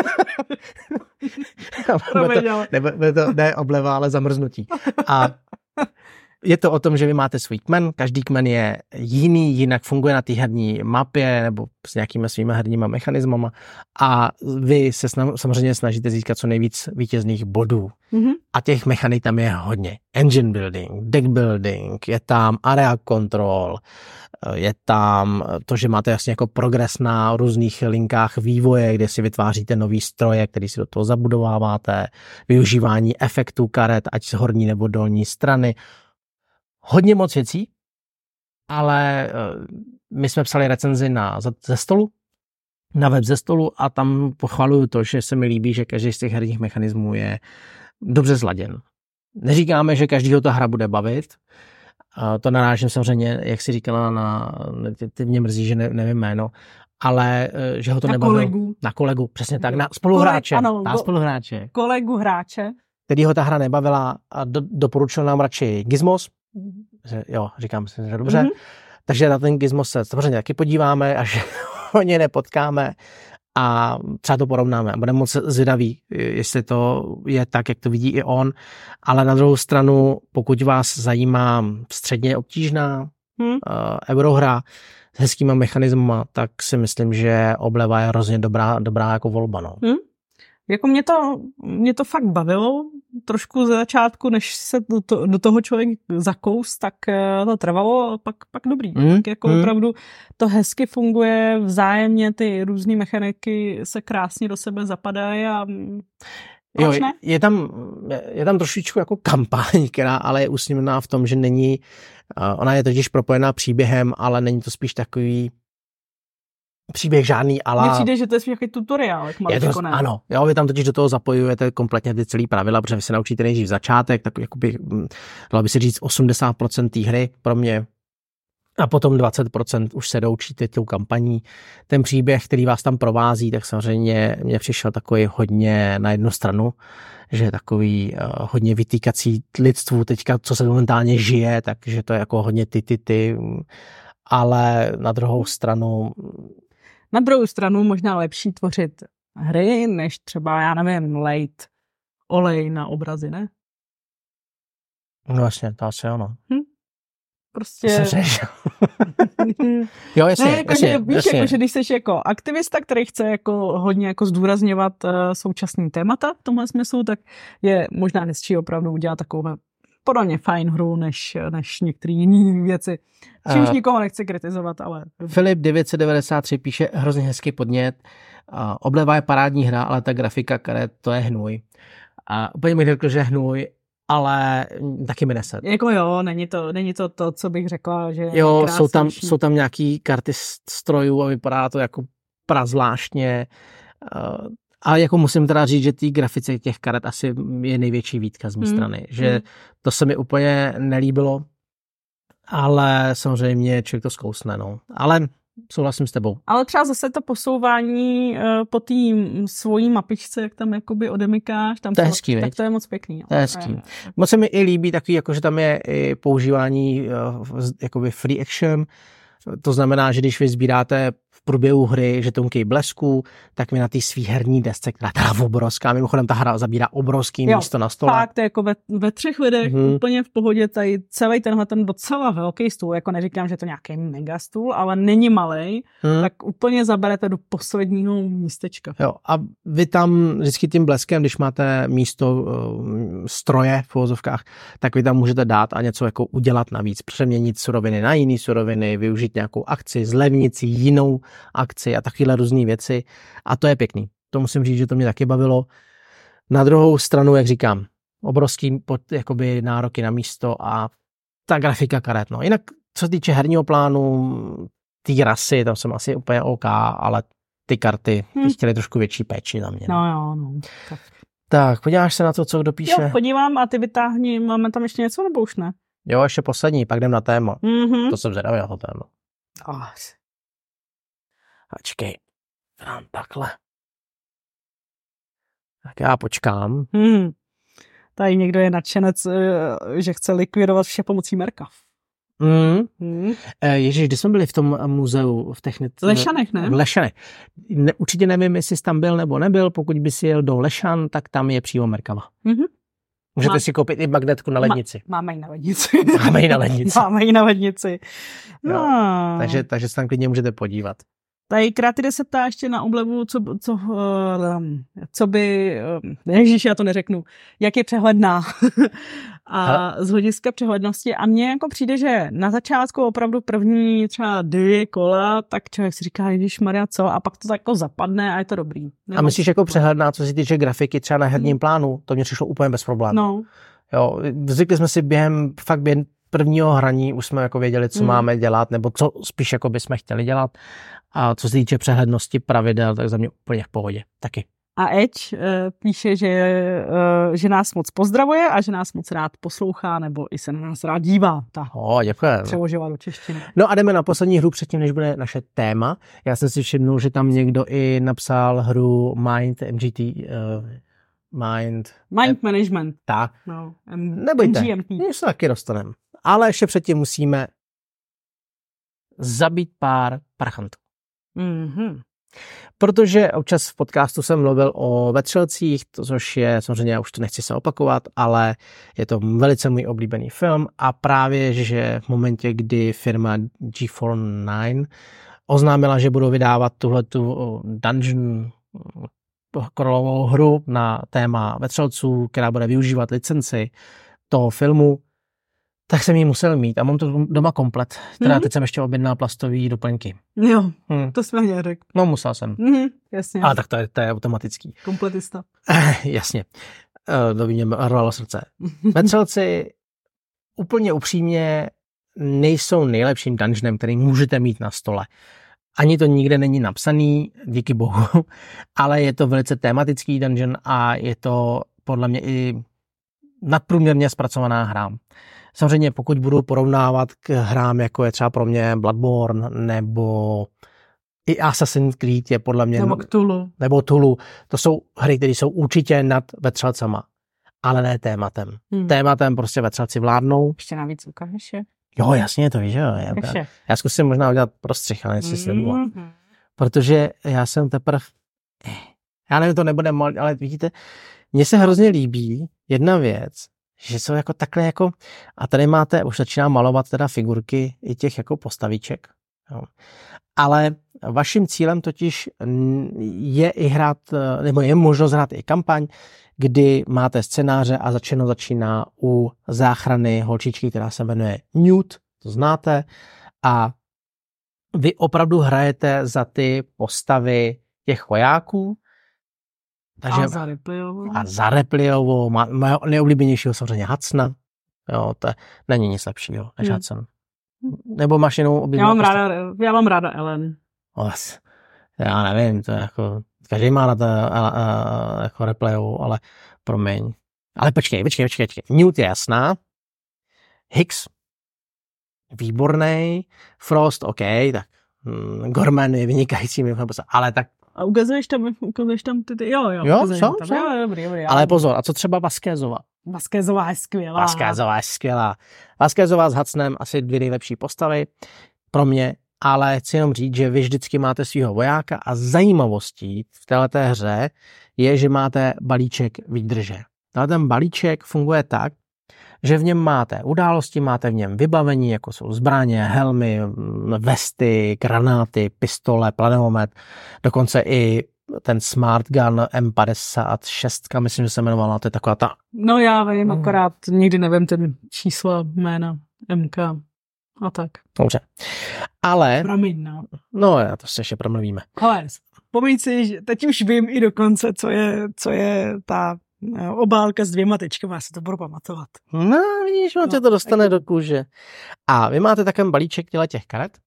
ne obleva, ale zamrznutí. A je to o tom, že vy máte svůj kmen, každý kmen je jiný, jinak funguje na té herní mapě nebo s nějakými svými herníma mechanismama a vy se samozřejmě snažíte získat co nejvíc vítězných bodů. A těch mechanik tam je hodně. Engine building, deck building, je tam area control, je tam to, že máte jasně jako progres na různých linkách vývoje, kde si vytváříte nový stroje, který si do toho zabudováváte, využívání efektů karet, ať z horní nebo dolní strany. Hodně moc věcí, ale my jsme psali recenzi ze stolu, na web ze stolu a tam pochvaluju to, že se mi líbí, že každý z těch herních mechanismů je dobře zladěn. Neříkáme, že každýho ta hra bude bavit, to narážím samozřejmě, jak jsi říkala, ty mě mrzí, že nevím jméno, ale že ho to nebavilo. Na kolegu, přesně tak, na spoluhráče. Spoluhráče. Kolegu hráče. Který ho ta hra nebavila a doporučil nám radši Gizmos. Jo, říkám si, že dobře. Takže na ten Gizmos se samozřejmě taky podíváme, až ho nepotkáme. a třeba to porovnáme a budeme moc zvědaví, jestli to je tak, jak to vidí i on, ale na druhou stranu, pokud vás zajímá středně obtížná eurohra s hezkýma mechanismama, tak si myslím, že Obleva je hrozně dobrá jako volba. No. Jako mě to fakt bavilo, trošku ze začátku, než se do toho člověk zakous, tak to trvalo, pak dobrý. Tak jako opravdu to hezky funguje, vzájemně ty různé mechaniky se krásně do sebe zapadají a jo, je tam trošičku jako kampaň, která ale je usměvná v tom, že není, ona je totiž propojená příběhem, ale není to spíš takový příběh žádný ala. Mně přijde, že to je spíš takový tutoriál. Ano, jo, vy tam totiž do toho zapojujete kompletně ty celý pravidla, protože vy se naučíte nejdřív začátek, tak jakoby, dalo by se říct 80% té hry pro mě a potom 20% už se doučíte tou kampaní. Ten příběh, který vás tam provází, tak samozřejmě mě přišel takový hodně na jednu stranu, že je takový hodně vytýkací lidstvu teďka, co se momentálně žije, takže to je jako hodně ty, ale na druhou stranu možná lepší tvořit hry, než třeba, já nevím, lejt olej na obrazy, ne? No vlastně, to asi ono. Prostě... Jo, jasně, ne, víš, jako, že když jsi jako aktivista, který chce jako hodně jako zdůrazňovat současný témata v tomhle smyslu, tak je možná hezčí opravdu udělat takovou podobně fajn hru, než některé jiné věci. Čímž nikoho nechci kritizovat, ale... Filip 993 píše hrozně hezký podnět. Obleva je parádní hra, ale ta grafika karet, to je hnůj. A úplně mi řekl, že hnůj, ale taky mi neset. Jako jo, není to, co bych řekla, že jo, jsou tam nějaký karty strojů a vypadá to jako prazvláštně. Ale jako musím teda říct, že té grafice těch karet asi je největší výtka z mé strany. Že to se mi úplně nelíbilo, ale samozřejmě člověk to zkousne, no. Ale souhlasím s tebou. Ale třeba zase to posouvání po té svojí mapičce, jak tam jakoby odemykáš, tam to je hezký, tak to je moc pěkný. To je hezký. Moc se mi i líbí takový, jako že tam je i používání jakoby free action. To znamená, že když vy sbíráte v průběhu hry žetonky blesku, tak vy na té svý herní desce, která je obrovská, mimochodem ta hra zabírá obrovský místo na stole. Fakt, jako ve 3 lidech úplně v pohodě, tady celý tenhle ten docela velký stůl, jako neříkám, že to nějaký mega stůl, ale není malej, tak úplně zaberete do posledního místečka. Jo, a vy tam vždycky tím bleskem, když máte místo stroje v uvozovkách, tak vy tam můžete dát a něco jako udělat navíc, přeměnit suroviny na jiné suroviny, využít nějakou akci, zlevnit si jinou akci a takovéhle různé věci. A to je pěkný. To musím říct, že to mě taky bavilo. Na druhou stranu, jak říkám, obrovský jakoby nároky na místo a ta grafika karet. No. Jinak, co se týče herního plánu, ty rasy, tam jsem asi úplně OK, ale ty karty chtěly trošku větší péči na mě. No. Tak, podíváš se na to, co kdo píše? Jo, podívám a ty vytáhni, máme tam ještě něco nebo už ne? Jo, ještě poslední, pak jdem na téma. To jsem zvědavý na to téma. Ačkej, takhle. Tak já počkám. Tady někdo je nadšenec, že chce likvidovat vše pomocí Merkav. Ježiš, kdy jsme byli v tom muzeu v technice? Lešanech, ne? V Lešanech. Určitě nevím, jestli jsi tam byl nebo nebyl. Pokud by si jel do Lešan, tak tam je přímo Merkava. Můžete si koupit i magnetku na lednici. Máme ji na lednici. Máme ji na lednici. No. Takže se tam klidně můžete podívat. Tady Kreatidy se ptá ještě na Oblevu, co by, ježiš, já to neřeknu, jak je přehledná a z hlediska přehlednosti. A mně jako přijde, že na začátku opravdu první třeba 2 kola, tak člověk si říká, ježišmarja, co? A pak to tak jako zapadne a je to dobrý. A myslíš jako přehledná, co se týče grafiky třeba na herním plánu? To mě přišlo úplně bez problémů. No. Jo, zvykli jsme si během prvního hraní už jsme jako věděli, co máme dělat, nebo co spíš jako bychom chtěli dělat. A co se týče přehlednosti pravidel, tak za mě úplně v pohodě. Taky. A Edge píše, že nás moc pozdravuje a že nás moc rád poslouchá, nebo i se na nás rád dívá. Děkuji. Přeložila do češtiny. No a jdeme na poslední hru předtím, než bude naše téma. Já jsem si všimnul, že tam někdo i napsal hru Mind MGT. Mind Management. Tak. No, nebojte, my se taky dostaneme. Ale ještě předtím musíme zabít pár parchantů. Protože občas v podcastu jsem mluvil o Vetřelcích, což je samozřejmě, já už to nechci se opakovat, ale je to velice můj oblíbený film a právě, že v momentě, kdy firma G49 oznámila, že budou vydávat tuhletu dungeon korolovou hru na téma Vetřelců, která bude využívat licenci toho filmu, tak jsem ji musel mít a mám to doma komplet. Teda teď jsem ještě objednal plastový doplňky. Jo, to jsme mě řekl. No, musel jsem. Jasně. Ale tak to je automatický. Kompletista. Jasně. To by mě rvalo srdce. Vetřelci úplně upřímně nejsou nejlepším dungeonem, který můžete mít na stole. Ani to nikde není napsaný, díky bohu, ale je to velice tematický dungeon a je to podle mě i nadprůměrně zpracovaná hra. Samozřejmě pokud budu porovnávat k hrám, jako je třeba pro mě Bloodborne nebo i Assassin's Creed je podle mě... Nebo Cthulhu. To jsou hry, které jsou určitě nad Vetřelcama, ale ne tématem. Tématem prostě Vetřelci vládnou. Ještě navíc ukážeš je? Jo, jasně, to víš, jo. Já zkusím možná udělat prostřih, ale jestli se nebudu. Protože já jsem teprve... Já nevím, to nebude mal, ale vidíte, mně se hrozně líbí jedna věc, že jsou jako takhle jako... A tady máte, už začíná malovat teda figurky i těch jako postaviček. Jo. Ale vaším cílem totiž je i hrát, nebo je možnost hrát i kampaň, kdy máte scénáře a začíná u záchrany holčičky, která se jmenuje Newt, to znáte, a vy opravdu hrajete za ty postavy těch vojáků. Takže, a za Ripleyovou. Mého nejoblíbenějšího samozřejmě Hudsona. Jo, to není nic lepšího než Hudson. Nebo máš jenom oblíbenou já mám ráda Ellen. Já nevím, to je jako... Každý má na to jako Ripleyovou, ale promiň. Ale počkej. Newt je jasná. Hicks výborný. Frost, OK, tak Gorman je vynikající, ale tak... A ukazuješ tam ty... Jo, jsou? Dobrý. Ale pozor, a co třeba Vasquezova? Vasquezova je skvělá. Vasquezova s Hudsonem asi 2 nejlepší postavy pro mě, ale chci jenom říct, že vy vždycky máte svého vojáka a zajímavostí v této hře je, že máte balíček výdrže. Ten balíček funguje tak, že v něm máte události, máte v něm vybavení, jako jsou zbraně, helmy, vesty, granáty, pistole, planeomet, dokonce i ten Smart Gun M56, myslím, že se jmenovala, to je taková ta... No já vím, akorát nikdy nevím ten číslo, jména, MK a tak. Dobře. Ale... Promiň, no. No, já to se ještě promluvíme. Ale vzpomeň si, že teď už vím i dokonce, co je ta obálka s 2 tečkama, já se to budu pamatovat. No, vidíš, on tě to dostane do kůže. A vy máte takový balíček těch karet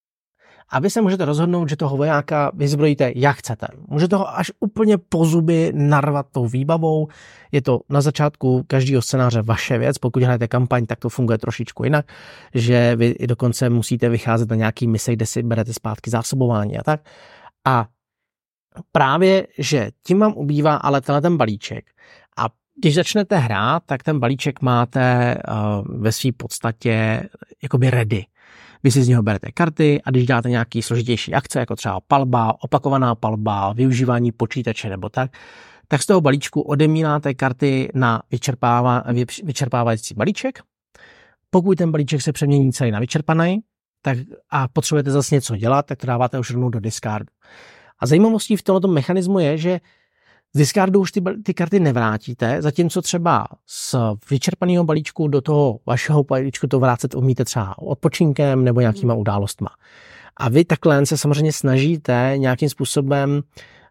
a vy se můžete rozhodnout, že toho vojáka vyzbrojíte jak chcete. Můžete ho až úplně po zuby narvat tou výbavou. Je to na začátku každého scénáře vaše věc. Pokud hrajete kampaň, tak to funguje trošičku jinak, že vy dokonce musíte vycházet na nějaký mise, kde si berete zpátky zásobování a tak. A právě, že tím vám ubývá ale ten balíček. A když začnete hrát, tak ten balíček máte ve své podstatě jakoby ready. Vy si z něho berete karty a když dáte nějaký složitější akce, jako třeba palba, opakovaná palba, využívání počítače nebo tak z toho balíčku odemíláte karty na vyčerpávající balíček. Pokud ten balíček se přemění celý na vyčerpaný tak a potřebujete zase něco dělat, tak to dáváte už rovnou do discardu. A zajímavostí v tomto mechanismu je, že z discardu už ty karty nevrátíte, zatímco třeba z vyčerpaného balíčku do toho vašeho balíčku to vrátit umíte třeba odpočinkem nebo nějakýma událostma. A vy takhle se samozřejmě snažíte nějakým způsobem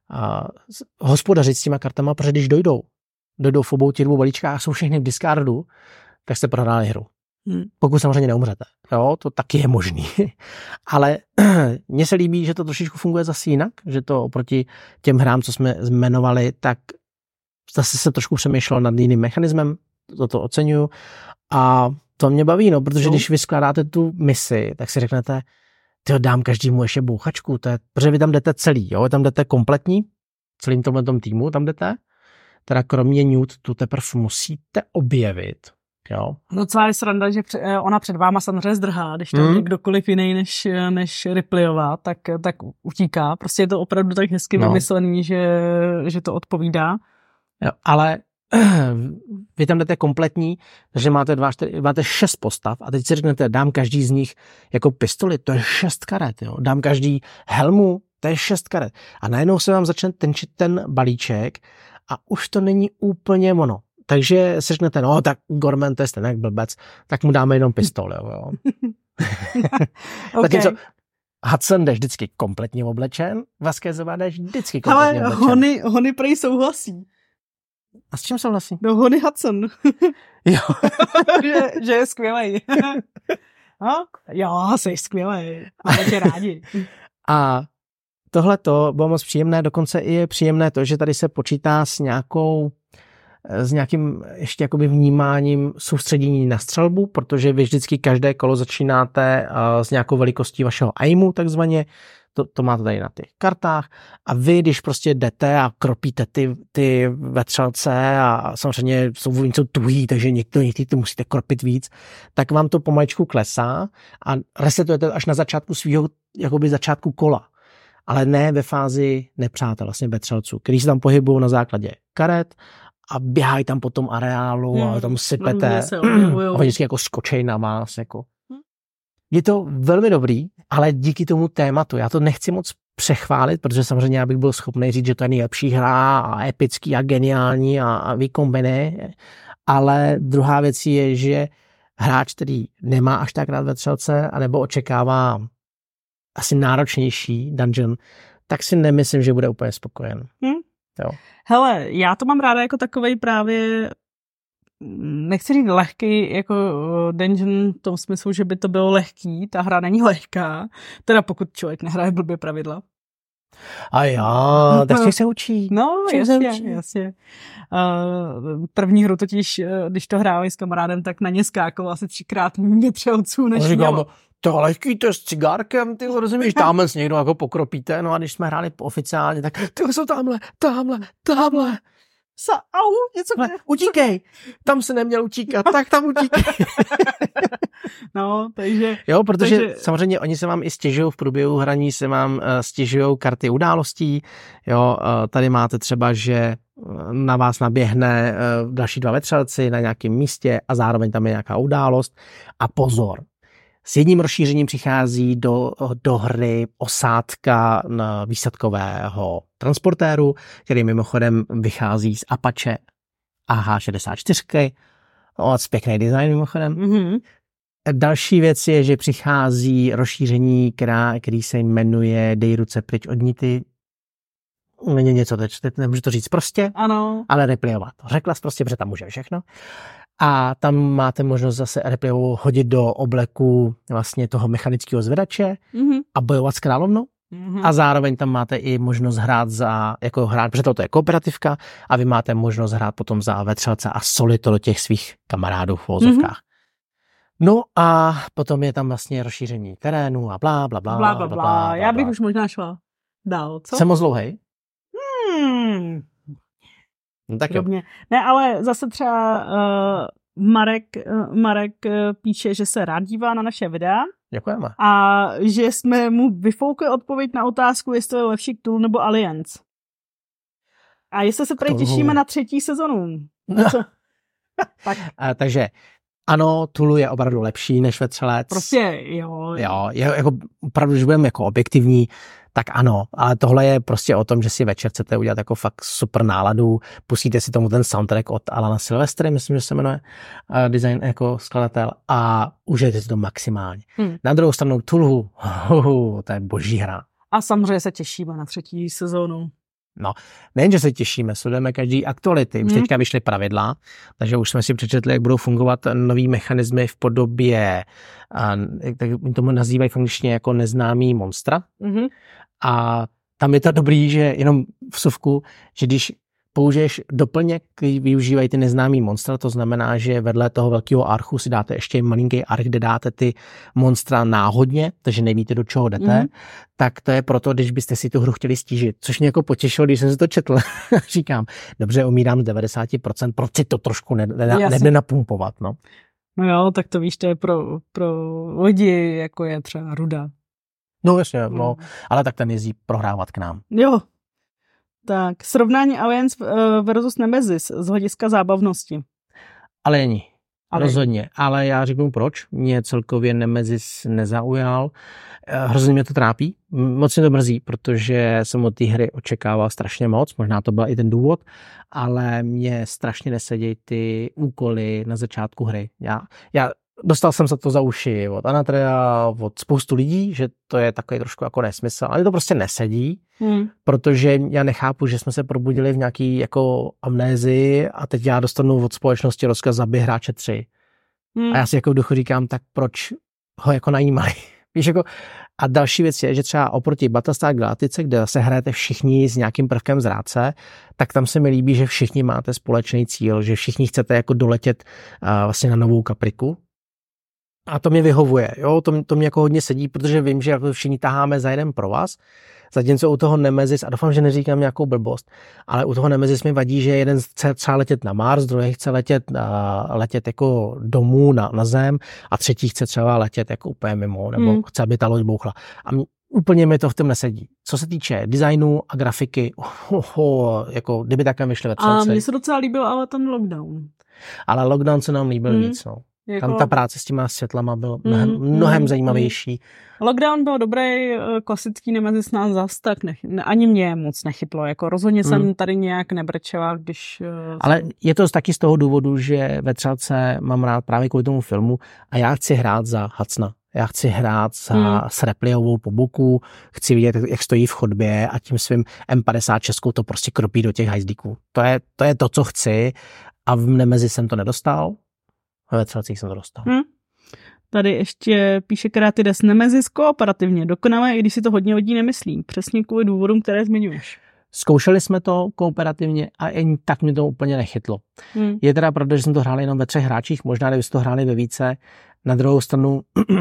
hospodařit s těma kartama, protože když dojdou v obou těch 2 balíčkách a jsou všechny v discardu, tak jste prohráli hru. Pokud samozřejmě neumřete. Jo, to taky je možný. Ale mně se líbí, že to trošičku funguje zase jinak, že to oproti těm hrám, co jsme jmenovali, tak zase se trošku přemýšlelo nad jiným mechanismem, to oceňuju. A to mě baví, no, protože když vy skládáte tu misi, tak si řeknete, dám každému ještě bouchačku, protože vy tam jdete celý, jo, vy tam jdete kompletní, celým tomhletom týmu tam jdete, teda kromě Newt tu teprve musíte objevit. Jo. Docela je sranda, že ona před váma samozřejmě zdrhá, když tam je kdokoliv jiný než Ripleyová, tak utíká. Prostě je to opravdu tak hezky vymyslený, že to odpovídá. Jo, ale vy tam jdete kompletní, takže máte 6 postav a teď si řeknete, dám každý z nich jako pistoli, to je 6 karet, jo. Dám každý helmu, to je 6 karet. A najednou se vám začne tenčit ten balíček a už to není úplně ono. Takže si řeknete, no tak Gorman, to je ten jak blbec, tak mu dáme jenom pistoli, jo. Okay. Zatímco Hudson jde vždycky kompletně oblečen, Vasquezová jde vždycky kompletně oblečen. Ale Hony prej souhlasí. A s čím souhlasí? No Hony Hudson. Jo. že je skvělej. No? Jo, jsi skvělej. Ale tě rádi. A tohleto bylo moc příjemné, dokonce i je příjemné to, že tady se počítá s nějakým ještě jakoby vnímáním soustředění na střelbu, protože vy vždycky každé kolo začínáte s nějakou velikostí vašeho aimu, takzvaně, to máte tady na těch kartách a vy, když prostě jdete a kropíte ty vetřelce a samozřejmě jsou něco tuhý, takže někdy to musíte kropit víc, tak vám to pomaličku klesá a resetujete až na začátku svýho jakoby začátku kola. Ale ne ve fázi nepřátel, vlastně vetřelců, který se tam pohybují na základě karet a běhají tam po tom areálu a tam sypete a vždycky jako skočej na vás. Jako. Je to velmi dobrý, ale díky tomu tématu, já to nechci moc přechválit, protože samozřejmě já bych byl schopný říct, že to je nejlepší hra a epický a geniální a vykombiné, ale druhá věc je, že hráč, který nemá až tak rád vetřelce anebo očekává asi náročnější dungeon, tak si nemyslím, že bude úplně spokojen. Jo. Hele, já to mám ráda jako takovej právě, nechci říct lehký jako dungeon v tom smyslu, že by to bylo lehký, ta hra není lehká, teda pokud člověk nehraje blbě pravidla. A jo, tak se učí. No, jasně. První hru totiž, když to hrávají s kamarádem, tak na ně skákalo asi 3x vetřelců, než mělo. To je lehký, to je s cigárkem, ty rozumíš, tamhle s někdo jako pokropíte, no a když jsme hráli oficiálně, tak ty jsou tamhle. Něco utíkej, tam se neměl utíkat, tak tam utíkej. No, takže... Jo, protože samozřejmě oni se vám i stěžují v průběhu hraní, se vám stěžují karty událostí, jo, tady máte třeba, že na vás naběhne další 2 vetřelci na nějakém místě a zároveň tam je nějaká událost a pozor. S jedním rozšířením přichází do hry osádka výsadkového transportéru, který mimochodem vychází z Apache AH-64. Moc pěkný design mimochodem. Mm-hmm. Další věc je, že přichází rozšíření, který se jmenuje Dej ruce pryč od nity. Není něco, teď nemůžu to říct prostě, ano. Ale Ripleyová to řekla prostě, protože tam může všechno. A tam máte možnost zase Ripleyovou hodit do obleku vlastně toho mechanického zvedače a bojovat s královnou. A zároveň tam máte i možnost hrát protože to je kooperativka a vy máte možnost hrát potom za vetřelce a solit to do těch svých kamarádů v vozovkách. No a potom je tam vlastně rozšíření terénu a blá. Já bych už možná šla dál, co? Jsem moc dlouhej? No tak jo. Ne, ale zase třeba Marek píše, že se rád dívá na naše videa. Děkujeme. A že jsme mu vyfoukli odpověď na otázku, jestli to je lepší Cthulhu nebo Alliance. A jestli se tady těšíme na 3. sezonu. Tak. Takže ano, Cthulhu je opravdu lepší než vetřelec. Prostě jo. Jo, jako opravdu, když budeme jako objektivní, tak ano, ale tohle je prostě o tom, že si večer chcete udělat jako fakt super náladu, pustíte si tomu ten soundtrack od Alana Silvestry, myslím, že se jmenuje, design jako skladatel a užijete si to maximálně. Na druhou stranu Cthulhu, to je boží hra. A samozřejmě se těšíme na 3. sezónu. No, nejenže se těšíme, sledujeme každý aktuality. Už teďka vyšly pravidla, takže už jsme si přečetli, jak budou fungovat nový mechanismy v podobě, tak tomu nazývají v angličtině jako neznámý monstra. A tam je to dobrý, že jenom vsuvku, že když použiješ doplněk, který využívají ty neznámý monstra, to znamená, že vedle toho velkého archu si dáte ještě malinký arch, kde dáte ty monstra náhodně, takže nevíte, do čeho jdete, tak to je proto, když byste si tu hru chtěli stížit, což mě jako potěšilo, když jsem si to četl. Říkám, dobře, umírám z 90%, proč si to trošku nenapumpovat, no. No jo, tak to víš, to je pro lidi, jako je třeba Ruda. No jasně, no, ale tak ten jezdí prohrávat k nám. Jo. Tak, srovnání Alliance versus Nemesis z hlediska zábavnosti. Ale není. Rozhodně. Ale já řeknu proč. Mě celkově Nemesis nezaujal. Hrozně mě to trápí. Moc mě to mrzí, protože jsem od té hry očekával strašně moc. Možná to byl i ten důvod. Ale mě strašně nesedějí ty úkoly na začátku hry. Já dostal jsem se to za uši od Anatrea, od spoustu lidí, že to je takový trošku jako nesmysl, ale to prostě nesedí, protože já nechápu, že jsme se probudili v nějaký jako amnézii a teď já dostanu od společnosti rozkaz zabij hráče 3. A já si jako v duchu říkám, tak proč ho jako najímali? Víš, jako, a další věc je, že třeba oproti Battlestar Galactice, kde se hrajete všichni s nějakým prvkem zrádce, tak tam se mi líbí, že všichni máte společný cíl, že všichni chcete jako doletět vlastně na novou Capricu. A to mě vyhovuje, jo, to mě jako hodně sedí, protože vím, že jako všichni taháme za jeden provaz, zatímco u toho Nemesis, a doufám, že neříkám nějakou blbost, ale u toho Nemesis mi vadí, že jeden chce třeba letět na Mars, druhý chce letět jako domů na Zem a třetí chce třeba letět jako úplně mimo, nebo chce, aby ta loď bouchla. A úplně mi to v tom nesedí. Co se týče designu a grafiky, jako kdyby také vyšly ve A mně se docela líbil ale ten Lockdown. Ale Lockdown se nám líbil víc, no. Jako... Tam ta práce s těma světlama byla mnohem zajímavější. Lockdown byl dobrý, klasický Nemesis nás zas tak ani mě moc nechytlo. Jako rozhodně jsem tady nějak nebrčela, když... Ale je to taky z toho důvodu, že ve třelce mám rád právě kvůli tomu filmu a já chci hrát za Hudsona. Já chci hrát s Ripleyovou po boku, chci vidět, jak stojí v chodbě a tím svým M56 to prostě kropí do těch hajzdíků. To je to, co chci a v Nemesis jsem to nedostal. Ve třelcích jsem to dostal. Tady ještě píše Kratides Nemesis kooperativně, dokonale, i když si to hodně lidí nemyslí. Přesně kvůli důvodům, které zmiňuješ. Zkoušeli jsme to kooperativně a jen tak mě to úplně nechytlo. Je teda pravda, že jsme to hráli jenom ve 3 hráčích, možná kdyby to hráli ve více. Na druhou stranu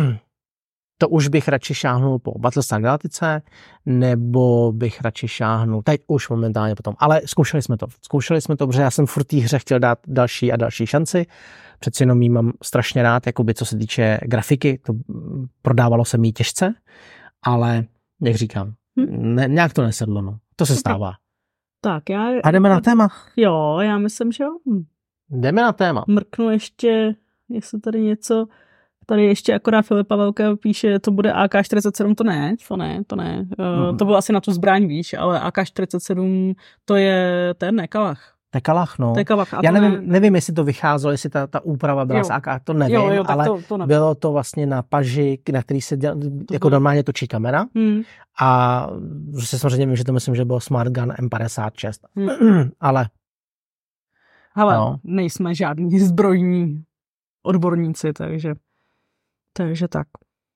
to už bych radši šáhnul po Battlestar Galactice, nebo bych radši šáhnul, teď už momentálně potom, ale zkoušeli jsme to, protože já jsem furt té hře chtěl dát další a další šanci, přeci jenom jí mám strašně rád, jakoby co se týče grafiky, to prodávalo se mi těžce, ale jak říkám, nějak to nesedlo, no. To se stává. Tak a jdeme na téma. Jo, já myslím, že jo. Jdeme na téma. Mrknu ještě, jestli tady něco... Tady ještě akorát Filipa Velkého píše, to bude AK-47, to ne. To bylo asi na tu zbraň, víš, ale AK-47 to je ten Nekalach. Nekalach, no. Já nevím, jestli to vycházelo, jestli ta úprava byla z AK, to nevím, ale to nevím. Bylo to vlastně na paži, na který se jako normálně točí kamera a se samozřejmě vím, že to myslím, že bylo Smart Gun M56, ale... Hele, nejsme žádní zbrojní odborníci, takže tak.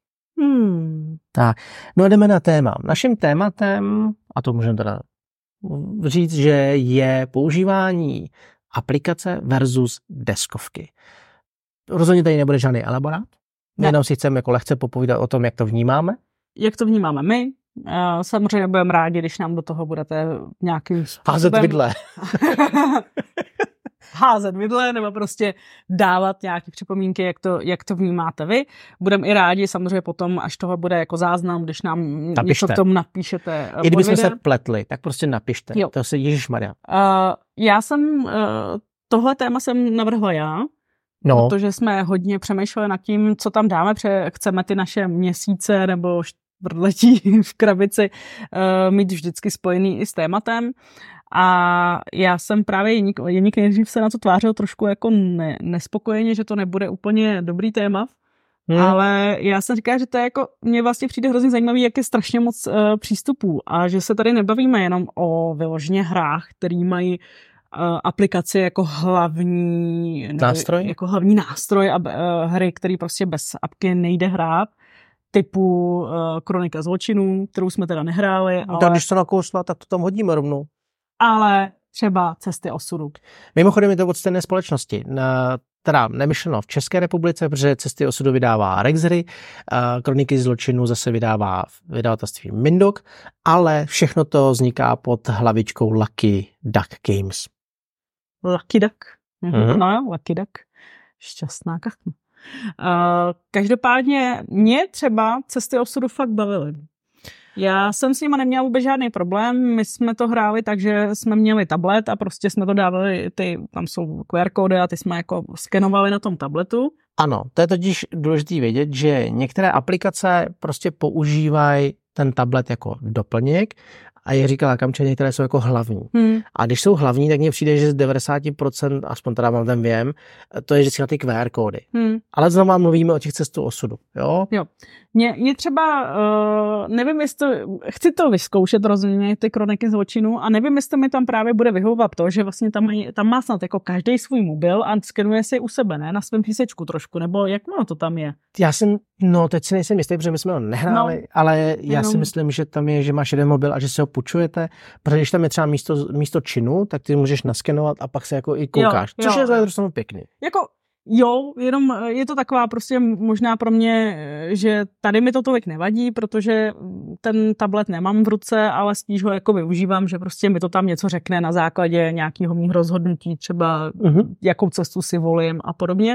Tak, no jdeme na téma. Naším tématem, a to můžeme teda říct, že je používání aplikace versus deskovky. Rozhodně tady nebude žádný elaborát. Jenom si chceme jako lehce popovídat o tom, jak to vnímáme. Jak to vnímáme my. Samozřejmě budeme rádi, když nám do toho budete nějakým způsobem... Házet vidle. Házet vidle, nebo prostě dávat nějaké připomínky, jak to vnímáte vy. Budeme i rádi samozřejmě potom, až toho bude jako záznam, když nám něco k tomu napíšete. I kdybychom se pletli, tak prostě napište. Jo. To se ježišmarja. Já jsem, tohle téma jsem navrhla já, protože jsme hodně přemýšleli nad tím, co tam dáme, protože chceme ty naše měsíce nebo čtvrtletí v krabici mít vždycky spojený i s tématem. A já jsem právě Jeník nejdřív se na to tvářil trošku jako nespokojeně, že to nebude úplně dobrý téma, ale já jsem říkala, že to je jako, mně vlastně přijde hrozně zajímavý, jak je strašně moc přístupů a že se tady nebavíme jenom o vyloženě hrách, který mají aplikaci jako hlavní nástroj a hry, který prostě bez apky nejde hrát, typu Kronika zločinů, kterou jsme teda nehráli. Ale... Když to nakousla, tak to tam hodíme rovnou. Ale třeba Cesty osudu. Mimochodem je to od stejné společnosti. Teda nemyšleno v České republice, protože Cesty osudu vydává Rexery, Kroniky zločinu zase vydává vydavatelství Mindok, ale všechno to vzniká pod hlavičkou Lucky Duck Games. Lucky Duck? No jo, Lucky Duck. Šťastná kachna. Každopádně mě třeba Cesty osudu fakt bavily. Já jsem s nima neměla vůbec žádný problém, my jsme to hráli tak, že jsme měli tablet a prostě jsme to dávali, tam jsou QR kódy a ty jsme jako skenovali na tom tabletu. Ano, to je totiž důležité vědět, že některé aplikace prostě používají ten tablet jako doplněk a jak říkala Kamče, některé jsou jako hlavní. A když jsou hlavní, tak mně přijde, že z 90%, aspoň teda mám ten věm, to je vždycky na ty QR kódy. Ale znovu mluvíme o těch Cestách osudu, jo? Jo. Mě třeba, nevím, jestli chci to vyzkoušet rozhodně, ty Kroniky zločinu, a nevím, jestli mi tam právě bude vyhovovat to, že vlastně tam má snad jako každý svůj mobil a skenuje si u sebe, ne? Na svém písečku trošku, nebo jak ono to tam je? Teď si nejsem jistý, protože my jsme ho nehráli, ale já si myslím, že tam je, že máš jeden mobil a že si ho půjčujete, protože když tam je třeba místo činu, tak ty můžeš naskenovat a pak se jako i koukáš, což je zase pěkný. Jo, jenom je to taková prostě možná pro mě, že tady mi to tolik nevadí, protože ten tablet nemám v ruce, ale spíš ho jako využívám, že prostě mi to tam něco řekne na základě nějakého mých rozhodnutí, třeba jakou cestu si volím a podobně.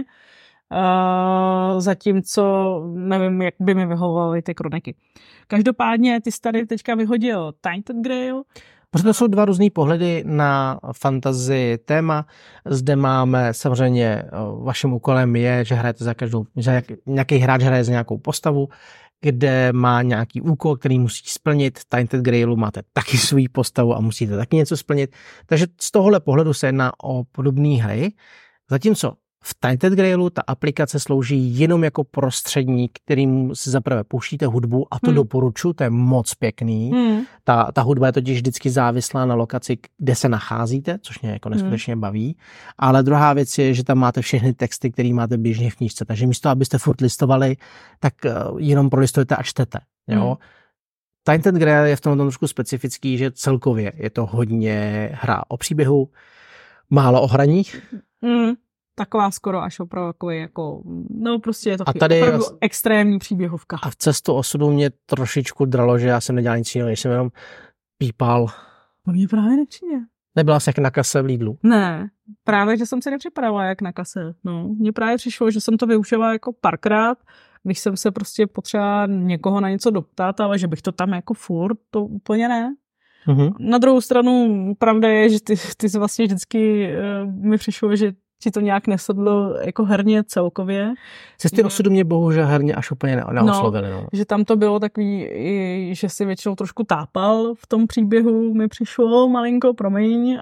Zatímco nevím, jak by mi vyhovovaly ty Kroniky. Každopádně ty jsi tady teďka vyhodil Tainted Grail. Protože to jsou dva různý pohledy na fantasy téma. Zde máme samozřejmě, vaším úkolem je, že hrajete že nějaký hráč hraje za nějakou postavu, kde má nějaký úkol, který musí splnit. Tainted Grailu máte taky svou postavu a musíte taky něco splnit. Takže z tohohle pohledu se jedná o podobné hry. Zatímco v Tainted Grailu ta aplikace slouží jenom jako prostředník, kterým si zaprvé pouštíte hudbu a to doporučuji, to je moc pěkný. Ta hudba je totiž vždycky závislá na lokaci, kde se nacházíte, což mě jako neskutečně baví. Ale druhá věc je, že tam máte všechny texty, které máte běžně v knížce. Takže místo, abyste furt listovali, tak jenom prolistujete a čtete. Jo? Tainted Grail je v tom trošku specifický, že celkově je to hodně hra o příběhu, málo o hraních. Taková skoro až opravdu jako, no prostě je to opravdu extrémní příběhovka. A v Cestu osudu mě trošičku dralo, že já jsem nedělal nic jiného, než jsem jenom pípal. To mě právě nepřijde. Nebyla jsi jak na kase v Lidlu? Ne, právě, že jsem se nepřipadala jak na kase. No, mně právě přišlo, že jsem to využila jako párkrát, když jsem se prostě potřeba někoho na něco doptat, ale že bych to tam jako furt, to úplně ne. Na druhou stranu pravda je, že ty vlastně vždycky mi přišlo, že ti to nějak nesedlo jako herně celkově. Cesty osudu mě bohužel herně až úplně neoslovily. No. Že tam to bylo takový, že si většinou trošku tápal v tom příběhu, mi přišlo malinko, promiň,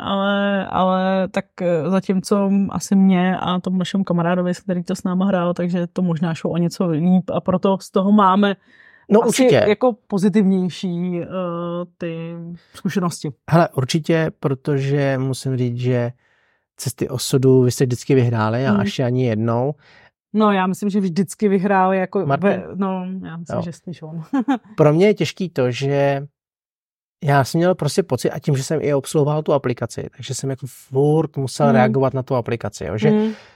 ale tak zatímco asi mě a tomu našemu kamarádovi, který to s náma hrál, takže to možná šlo o něco líp a proto z toho máme určitě jako pozitivnější ty zkušenosti. Hele, určitě, protože musím říct, že Cesty osudu vy jste vždycky vyhráli a až ani jednou. No já myslím, že vždycky vyhráli jako já myslím, že spíš on. Pro mě je těžký to, že já jsem měl prostě pocit a tím, že jsem i obsluhoval tu aplikaci, takže jsem jako furt musel reagovat na tu aplikaci. Jo, že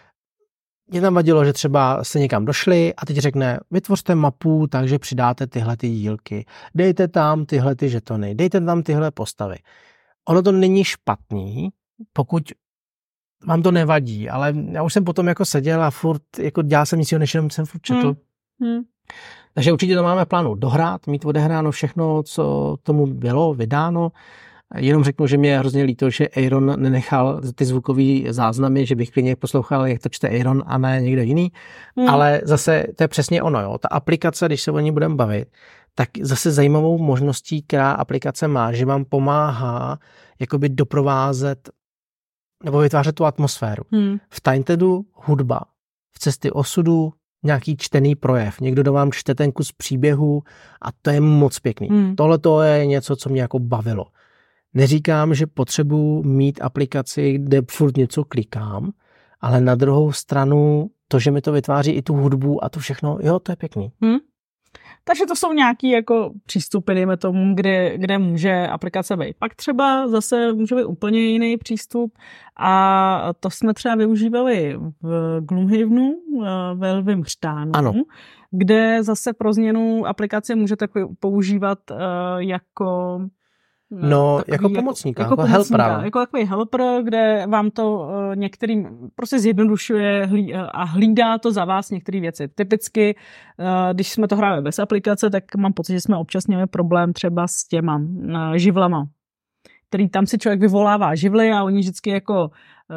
mě tam vadilo, že třeba se někam došli a teď řekne, vytvořte mapu, takže přidáte tyhle ty dílky, dejte tam tyhle ty žetony, dejte tam tyhle postavy. Ono to není špatný, pokud vám to nevadí, ale já už jsem potom jako seděl a furt jako dělal jsem nic jiného, než jenom jsem furt četl. Takže určitě to máme plánu dohrát, mít odehráno všechno, co tomu bylo vydáno. Jenom řeknu, že mě je hrozně líto, že Aaron nenechal ty zvukový záznamy, že bych klidně poslouchal, jak to čte Aaron a ne někdo jiný. Ale zase to je přesně ono. Jo. Ta aplikace, když se o ní budeme bavit, tak zase zajímavou možností, která aplikace má, že vám pomáhá jakoby doprovázet nebo vytvářet tu atmosféru. V Taintedu hudba, v Cesty osudu nějaký čtený projev. Někdo do vám čte ten kus příběhu a to je moc pěkný. Tohle to je něco, co mě jako bavilo. Neříkám, že potřebuji mít aplikaci, kde furt něco klikám, ale na druhou stranu to, že mi to vytváří i tu hudbu a to všechno, jo, to je pěkný. Takže to jsou nějaký jako přístupy, dejme tomu, kde může aplikace být. Pak třeba zase může být úplně jiný přístup a to jsme třeba využívali v Gloomhavenu, ve Lvím chřtánu, kde zase pro změnu aplikace můžete používat jako jako pomocníka, jako helpera. Jako takový helper, kde vám to některým prostě zjednodušuje a hlídá to za vás některé věci. Typicky, když jsme to hráli bez aplikace, tak mám pocit, že jsme občas měli problém třeba s těma živlama, který tam si člověk vyvolává živly a oni vždycky jako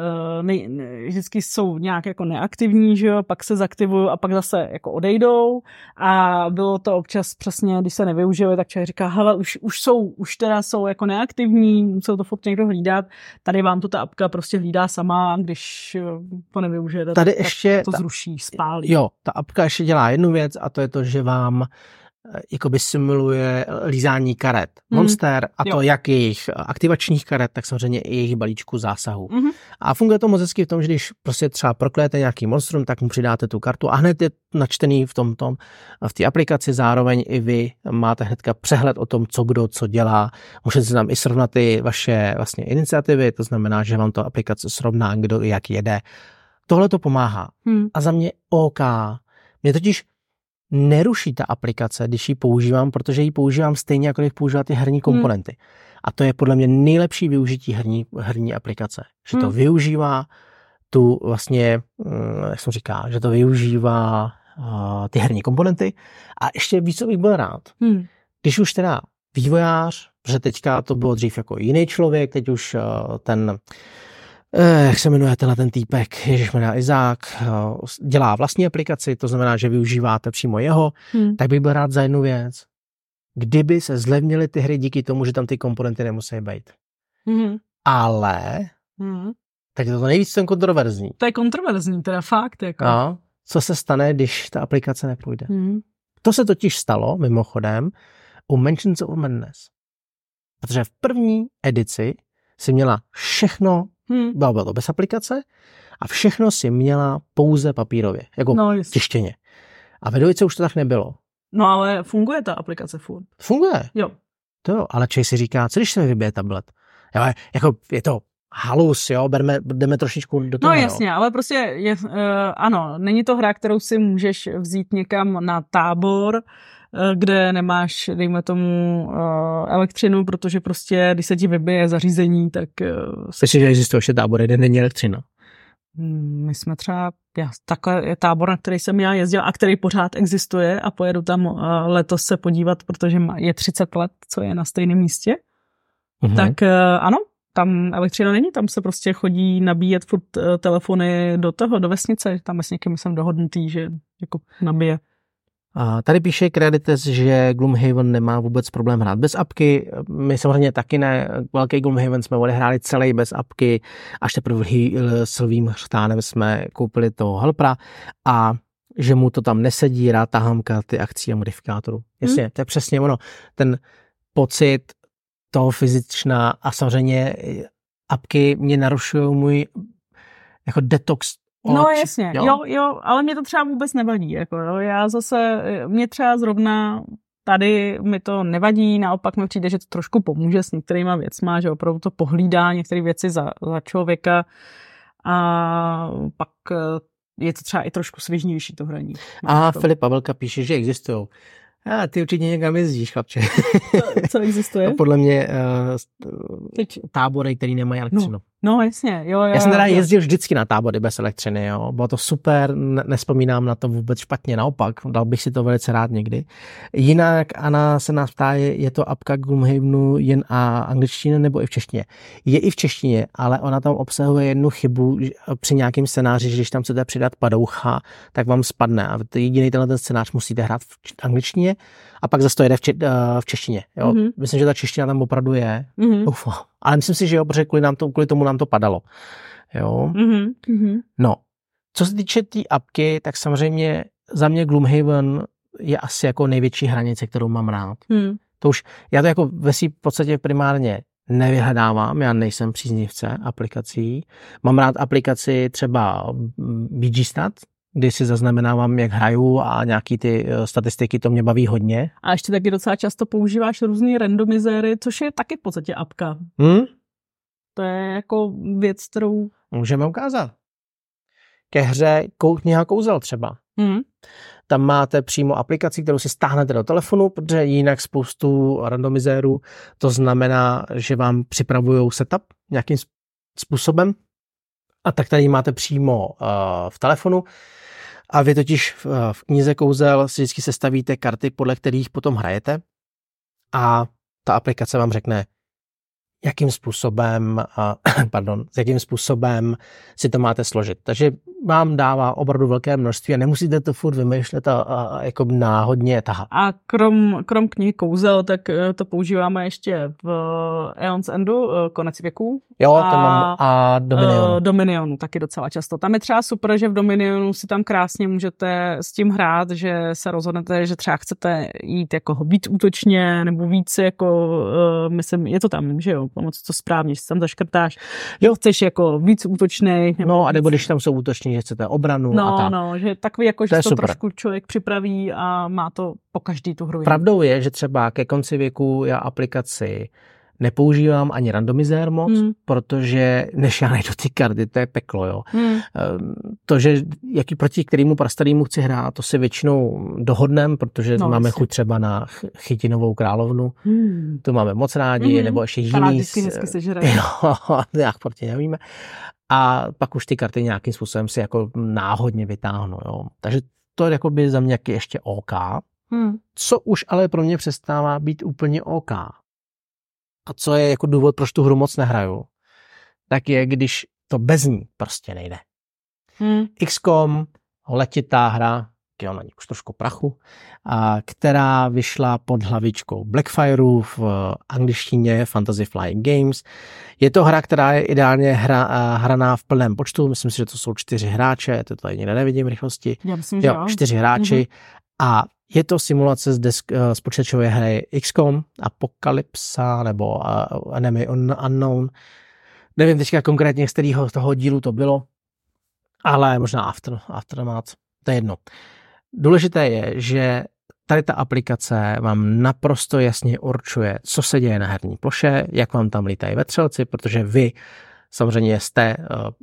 vždycky jsou nějak jako neaktivní, že jo, pak se zaktivují a pak zase jako odejdou a bylo to občas přesně, když se nevyužili, tak člověk říká, hele, už teda jsou jako neaktivní, musel to furt někdo hlídat, tady vám to ta apka prostě hlídá sama, když to nevyužijete, tady tak ještě to zruší, spálí. Jo, ta apka ještě dělá jednu věc a to je to, že vám jakoby simuluje lízání karet Monster a to jak jejich aktivačních karet, tak samozřejmě i jejich balíčku zásahů. A funguje to moc hezky v tom, že když prostě třeba proklejete nějaký monstrum, tak mu přidáte tu kartu a hned je načtený v té aplikaci, zároveň i vy máte hnedka přehled o tom, co kdo, co dělá. Můžete si tam i srovnat ty vaše vlastně iniciativy, to znamená, že vám to aplikace srovná, kdo jak jede. Tohle to pomáhá. A za mě OK. Mě totiž neruší ta aplikace, když ji používám, protože ji používám stejně, jako když používám ty herní komponenty. A to je podle mě nejlepší využití herní aplikace. Že to využívá tu vlastně, jak jsem říkal, že to využívá ty herní komponenty a ještě víc bych byl rád. Když už teda vývojář, protože teďka to bylo dřív jako jiný člověk, teď už ten jak se jmenuje ten týpek, ježišmarja Izák, dělá vlastní aplikaci, to znamená, že využíváte přímo jeho, tak bych byl rád za jednu věc. Kdyby se zlevnily ty hry díky tomu, že tam ty komponenty nemusí být. Ale tak je to nejvíc ten kontroverzní. To je kontroverzní, teda fakt. Jako. No, co se stane, když ta aplikace nepůjde? To se totiž stalo, mimochodem, u Mansions of Madness. Protože v první edici si měla všechno, bylo to bez aplikace, a všechno si měla pouze papírově, jako tištěně. A ve dvojce už to tak nebylo. No ale funguje ta aplikace furt. Funguje. Jo. To jo, ale člověk si říká, co když se mi vybije tablet? Jo, jako je to halus, jo, jdeme trošičku do toho. No jasně, ale prostě ano, není to hra, kterou si můžeš vzít někam na tábor, kde nemáš, dejme tomu, elektřinu, protože prostě, když se ti vybije zařízení, tak... Myslím, že existuje ještě tábor, kde není elektřina. My jsme třeba, takhle je tábor, na který jsem já jezdil a který pořád existuje a pojedu tam letos se podívat, protože je 30 let, co je na stejném místě. Tak ano, tam elektřina není, tam se prostě chodí nabíjet furt telefony do vesnice, tam s někým jsem dohodnutý, že jako nabije. A tady píše Credites, že Gloomhaven nemá vůbec problém hrát bez apky. My samozřejmě taky ne. Velký Gloomhaven jsme odehráli celý bez apky. Až teprve s Lvým chřtánem jsme koupili toho helpera a že mu to tam nesedí, rád tahám karty akcí a modifikátorů. Jasně, to je přesně ono. Ten pocit toho fyzičná a samozřejmě apky mě narušují můj jako detox. No jasně, jo, ale mě to třeba vůbec nevadí, jako jo. Já zase, mě třeba zrovna tady mi to nevadí, naopak mi přijde, že to trošku pomůže s některýma věcma, že opravdu to pohlídá některé věci za člověka a pak je to třeba i trošku svižnější to hraní. A Filip Pavelka píše, že existují. A ty určitě někam jezdíš, chlapče. Co existuje? Podle mě tábory, který nemají elektřinu. No jasně, jo. Já jsem teda jezdil vždycky na tábory bez elektřiny, jo. Bylo to super, nespomínám na to vůbec špatně, naopak, dal bych si to velice rád někdy. Jinak Anna se nás ptá, je to apka Gloomhavenu jen angličtině nebo i v češtině? Je i v češtině, ale ona tam obsahuje jednu chybu při nějakém scénáři, že když tam chcete přidat padoucha, tak vám spadne a jediný tenhle scénář musíte hrát v angličtině a pak zase to jede v češtině, jo. Myslím, že ta čeština tam opravdu je. Ale myslím si, že jo, protože kvůli tomu nám to padalo. Jo. No, co se týče té apky, tak samozřejmě za mě Gloomhaven je asi jako největší hranice, kterou mám rád. To už, já to jako ve svým podstatě primárně nevyhledávám, já nejsem příznivce aplikací. Mám rád aplikaci třeba BGStat, kdy si zaznamenávám, jak hraju a nějaký ty statistiky, to mě baví hodně. A ještě taky docela často používáš různý randomizéry, což je taky v podstatě apka. To je jako věc, kterou... Můžeme ukázat. Ke hře kniha kouzel třeba. Tam máte přímo aplikaci, kterou si stáhnete do telefonu, protože jinak spoustu randomizérů, to znamená, že vám připravujou setup nějakým způsobem a tak tady máte přímo v telefonu a vy totiž v knize kouzel si vždycky sestavíte karty, podle kterých potom hrajete a ta aplikace vám řekne, jakým způsobem si to máte složit. Takže vám dává opravdu velké množství a nemusíte to furt vymýšlet a jako náhodně tahat. A krom knihy kouzel, tak to používáme ještě v Aeon's Endu, Konec věků. Jo, to mám a Dominionu. Dominionu taky docela často. Tam je třeba super, že v Dominionu si tam krásně můžete s tím hrát, že se rozhodnete, že třeba chcete jít jako víc útočně, nebo víc jako, myslím, je to tam, že jo, pomoc to správně, že tam zaškrtáš, jo, chceš jako víc útočnej. No a nebo když tam jsou útoční, že chcete obranu a tak. No, že takový jako, že to trošku člověk připraví a má to po každý tu hru. Pravdou je, že třeba ke konci věku já aplikaci nepoužívám ani randomizér moc, protože než já najdu ty karty, to je peklo, jo. To, že proti kterému prastarému chci hrát, to si většinou dohodnem, protože máme chuť třeba na chytinovou královnu, to máme moc rádi, nebo ještě jiný. Hezky sežere. No, jak proti nevíme. A pak už ty karty nějakým způsobem si jako náhodně vytáhnu, jo. Takže to je jakoby za mě ještě OK. Co už ale pro mě přestává být úplně OK. A co je jako důvod, proč tu hru moc nehraju, tak je, když to bez ní prostě nejde. XCOM, letitá hra, jo, na ní už trošku prachu, která vyšla pod hlavičkou Blackfireu v angličtině Fantasy Flying Games. Je to hra, která je ideálně hraná v plném počtu, myslím si, že to jsou 4 hráče, to tady někde nevidím rychlosti. Já myslím, že jo. 4 hráči a je to simulace z počítačové hry XCOM, Apokalypsa nebo Enemy Unknown. Nevím teďka konkrétně, z kterého toho dílu to bylo, ale možná Aftermath, to je jedno. Důležité je, že tady ta aplikace vám naprosto jasně určuje, co se děje na herní ploše, jak vám tam lítají vetřelci, protože vy samozřejmě jste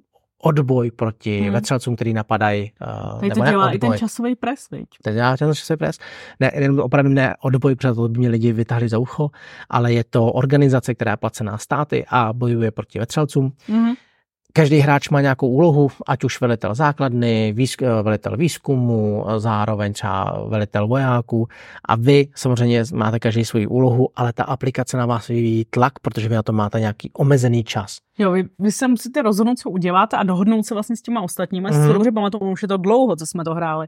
odboj proti vetřelcům, který napadají. Tady to dělá i ten časový pres, viď? To dělá ten časový pres. Ne, opravdu ne odboj, protože to by mě lidi vytáhli za ucho, ale je to organizace, která je placená státy a bojuje proti vetřelcům. Každý hráč má nějakou úlohu, ať už velitel základny, velitel výzkumu, zároveň třeba velitel vojáků a vy samozřejmě máte každý svoji úlohu, ale ta aplikace na vás vyvíjí tlak, protože vy na to máte nějaký omezený čas. Jo, vy se musíte rozhodnout, co uděláte a dohodnout se vlastně s těma ostatníma. Si to dobře pamatuju, už je to dlouho, co jsme to hráli.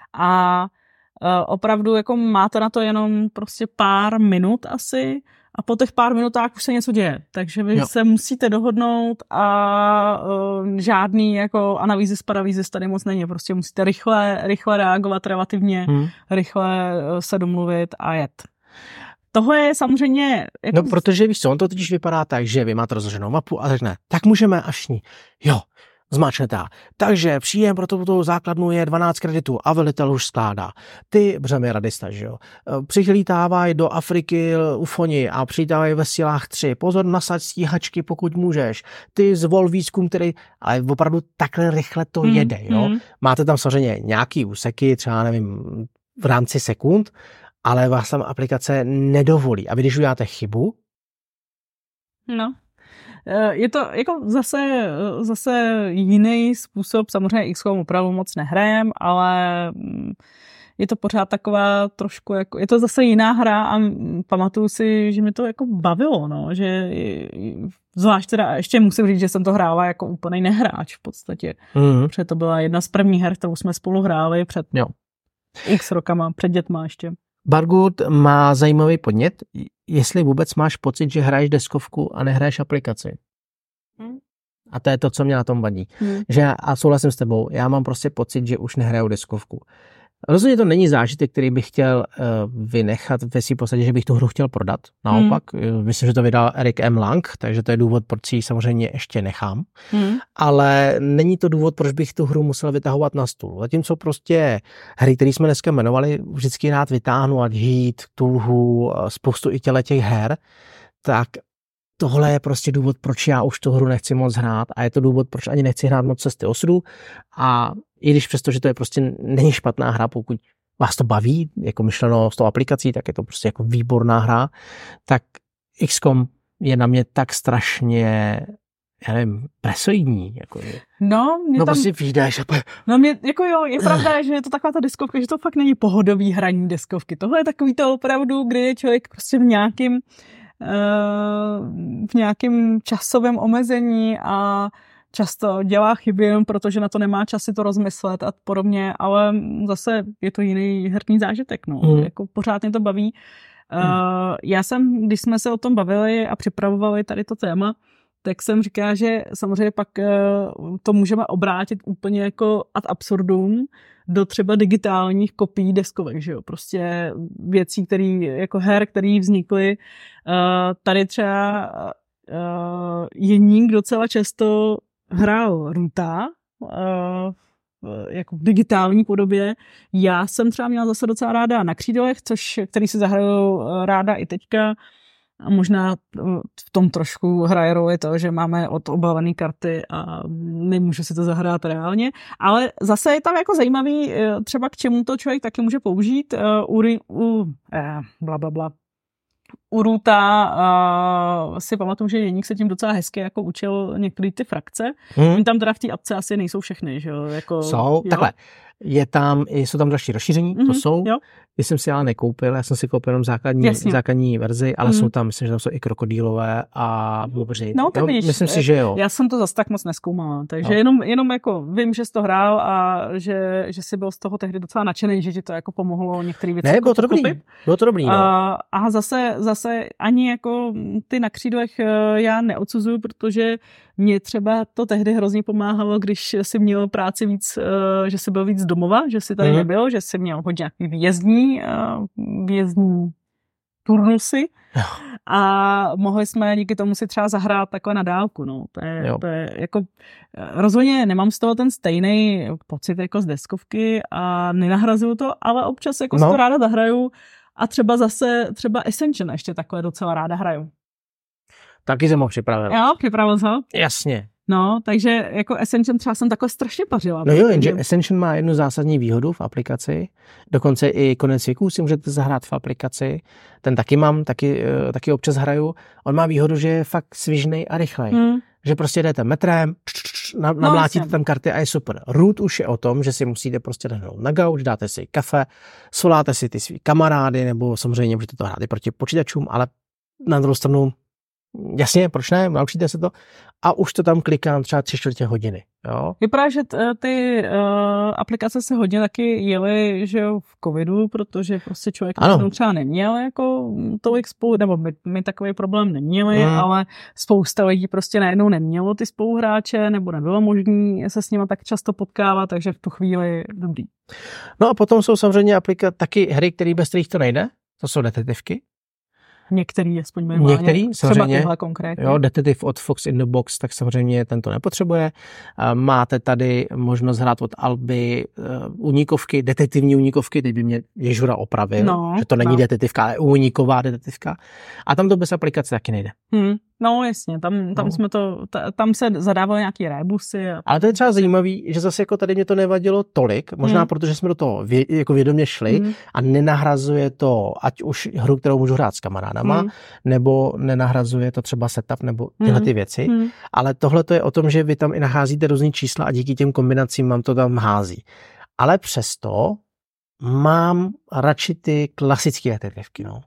A opravdu jako máte na to jenom prostě pár minut asi a po těch pár minutách už se něco děje. Takže vy se musíte dohodnout a žádný jako analýzy z paravízy tady moc není. Prostě musíte rychle reagovat relativně, rychle se domluvit a jet. Toho je samozřejmě... Jako... No, protože víš co, on to totiž vypadá tak, že vy máte rozloženou mapu a řekne, tak můžeme až ní. Jo, zmáčknete. Takže příjem pro tu základnu je 12 kreditů a velitel už skládá. Ty, břeme radista, že jo. Přilítávají do Afriky ufoni a přilítávají ve silách 3. Pozor, nasaď stíhačky, pokud můžeš. Ty zvol výzkum, který... Ale opravdu takhle rychle to jede, jo. Máte tam samozřejmě nějaký úseky, třeba nevím, v rámci sekund, ale vás tam aplikace nedovolí. A vy, když uděláte chybu... No... Je to jako zase jiný způsob, samozřejmě XCOM opravdu moc nehrajem, ale je to pořád taková trošku jako, je to zase jiná hra a pamatuju si, že mi to jako bavilo, no, že zvlášť teda, ještě musím říct, že jsem to hrála jako úplnej nehráč v podstatě, protože to byla jedna z prvních her, kterou jsme spolu hráli před x rokama, před dětma ještě. Bargut má zajímavý podnět, jestli vůbec máš pocit, že hraješ deskovku a nehraješ aplikaci. A to je to, co mě na tom vadí. Že, a souhlasím s tebou, já mám prostě pocit, že už nehraju deskovku. Rozhodně to není zážitek, který bych chtěl vynechat ve své podstatě, že bych tu hru chtěl prodat. Naopak, myslím, že to vydal Eric M. Lang, takže to je důvod, proč si ji samozřejmě ještě nechám. Ale není to důvod, proč bych tu hru musel vytahovat na stůl. Zatímco prostě hry, které jsme dneska jmenovali, vždycky rád vytáhnu, ať Heat, Cthulhu, spoustu i těch her, tak tohle je prostě důvod, proč já už tu hru nechci moc hrát a je to důvod, proč ani nechci hrát moc Cesty osudu. A i když přesto, že to je prostě není špatná hra, pokud vás to baví, jako myšleno s tou aplikací, tak je to prostě jako výborná hra, tak XCOM je na mě tak strašně, já nevím, presoidní. Jako no tam... prostě vyjdeš. No mě, jako jo, je pravda, že je to taková ta deskovka, že to fakt není pohodový hraní deskovky. Tohle je takový to opravdu, kdy je člověk prostě v nějakém časovém omezení a často dělá chyby jenom protože na to nemá čas si to rozmyslet a podobně, ale zase je to jiný herní zážitek, no. Jako pořád mě to baví. Já jsem, když jsme se o tom bavili a připravovali tady to téma, tak jsem říkala, že samozřejmě pak to můžeme obrátit úplně jako ad absurdum do třeba digitálních kopií deskovek, že jo, prostě věcí, jako her, které vznikly. Tady třeba Jeník docela často hrál Roota, jako v digitální podobě. Já jsem třeba měla zase docela ráda Na křídlech, který si zahraju ráda i teďka. A možná v tom trošku hraje roli to, že máme odobavené karty a nemůžu si to zahrát reálně. Ale zase je tam jako zajímavý, třeba k čemu to člověk taky může použít. U Roota si pamatuju, že Jeník se tím docela hezky jako učil některé ty frakce. Oni tam teda v té apce asi nejsou všechny, že jo? Jako, jsou, jo? Takhle. Jsou tam další rozšíření, to jsou. Jo. Když jsem si ale nekoupil, já jsem si koupil jenom základní verzi, ale jsou tam, myslím, že tam jsou i krokodýlové a bobři. No, tak vidíš, myslím si, že jo. Já jsem to zase tak moc nezkoumala, takže jenom jako vím, že jsi to hrál a že jsi byl z toho tehdy docela nadšený, že ti to jako pomohlo některé věci. Ne, bylo to dobrý. No. A zase ani jako ty Na křídlech já neodsuzuju, protože mě třeba to tehdy hrozně pomáhalo, když si měl práci víc, že jsi byl víc domova, že jsi tady nebyl, že jsi měl hodně výjezdní turnusy a mohli jsme díky tomu si třeba zahrát takhle na dálku. No. To je jako rozhodně nemám z toho ten stejný pocit jako z deskovky a nenahrazuju to, ale občas jako si to ráda zahraju a třeba Ascension ještě takhle docela ráda hraju. Taky jsem ho připravil. Jo, připravil jsem ho? Jasně. No, takže jako Ascension třeba jsem takhle strašně pařila. No jo, jenže Ascension má jednu zásadní výhodu v aplikaci. Dokonce i Konec věků si můžete zahrát v aplikaci. Ten taky mám, taky občas hraju. On má výhodu, že je fakt svižnej a rychlej. Že prostě jdete metrem, namlátíte tam karty a je super. Root už je o tom, že si musíte prostě lehnout na gauč, dáte si kafe, svoláte si ty svý kamarády, nebo samozřejmě můžete to hrát i proti počítačům, ale na druhou stranu jasně, proč ne, naučíte se to a už to tam klikám třeba 3/4 hodiny. Jo? Vypadá, že ty aplikace se hodně taky jely, že jo, v covidu, protože prostě člověk třeba neměl jako tolik nebo my takový problém neměli, ale spousta lidí prostě najednou nemělo ty spoluhráče, nebo nebylo možné se s nimi tak často potkávat, takže v tu chvíli dobrý. No a potom jsou samozřejmě taky hry, bez kterých to nejde, to jsou detektivky. Některý, aspoň minimálně. Některý, třeba tyhle konkrétně. Jo, detektiv od Fox in the Box, tak samozřejmě ten to nepotřebuje. Máte tady možnost hrát od Alby únikovky, detektivní únikovky, teď by mě Ježura opravil, že to není detektivka, ale úniková detektivka. A tam to bez aplikace taky nejde. No jasně, tam se zadávaly nějaký rébusy. Ale to je třeba zajímavý, že zase jako tady mě to nevadilo tolik, možná protože jsme do toho jako vědomě šli a nenahrazuje to, ať už hru, kterou můžu hrát s kamarádama, nebo nenahrazuje to třeba setup nebo tyhle ty věci, ale tohle to je o tom, že vy tam i nacházíte různý čísla a díky těm kombinacím vám to tam hází. Ale přesto mám radši ty klasické detektivky, no.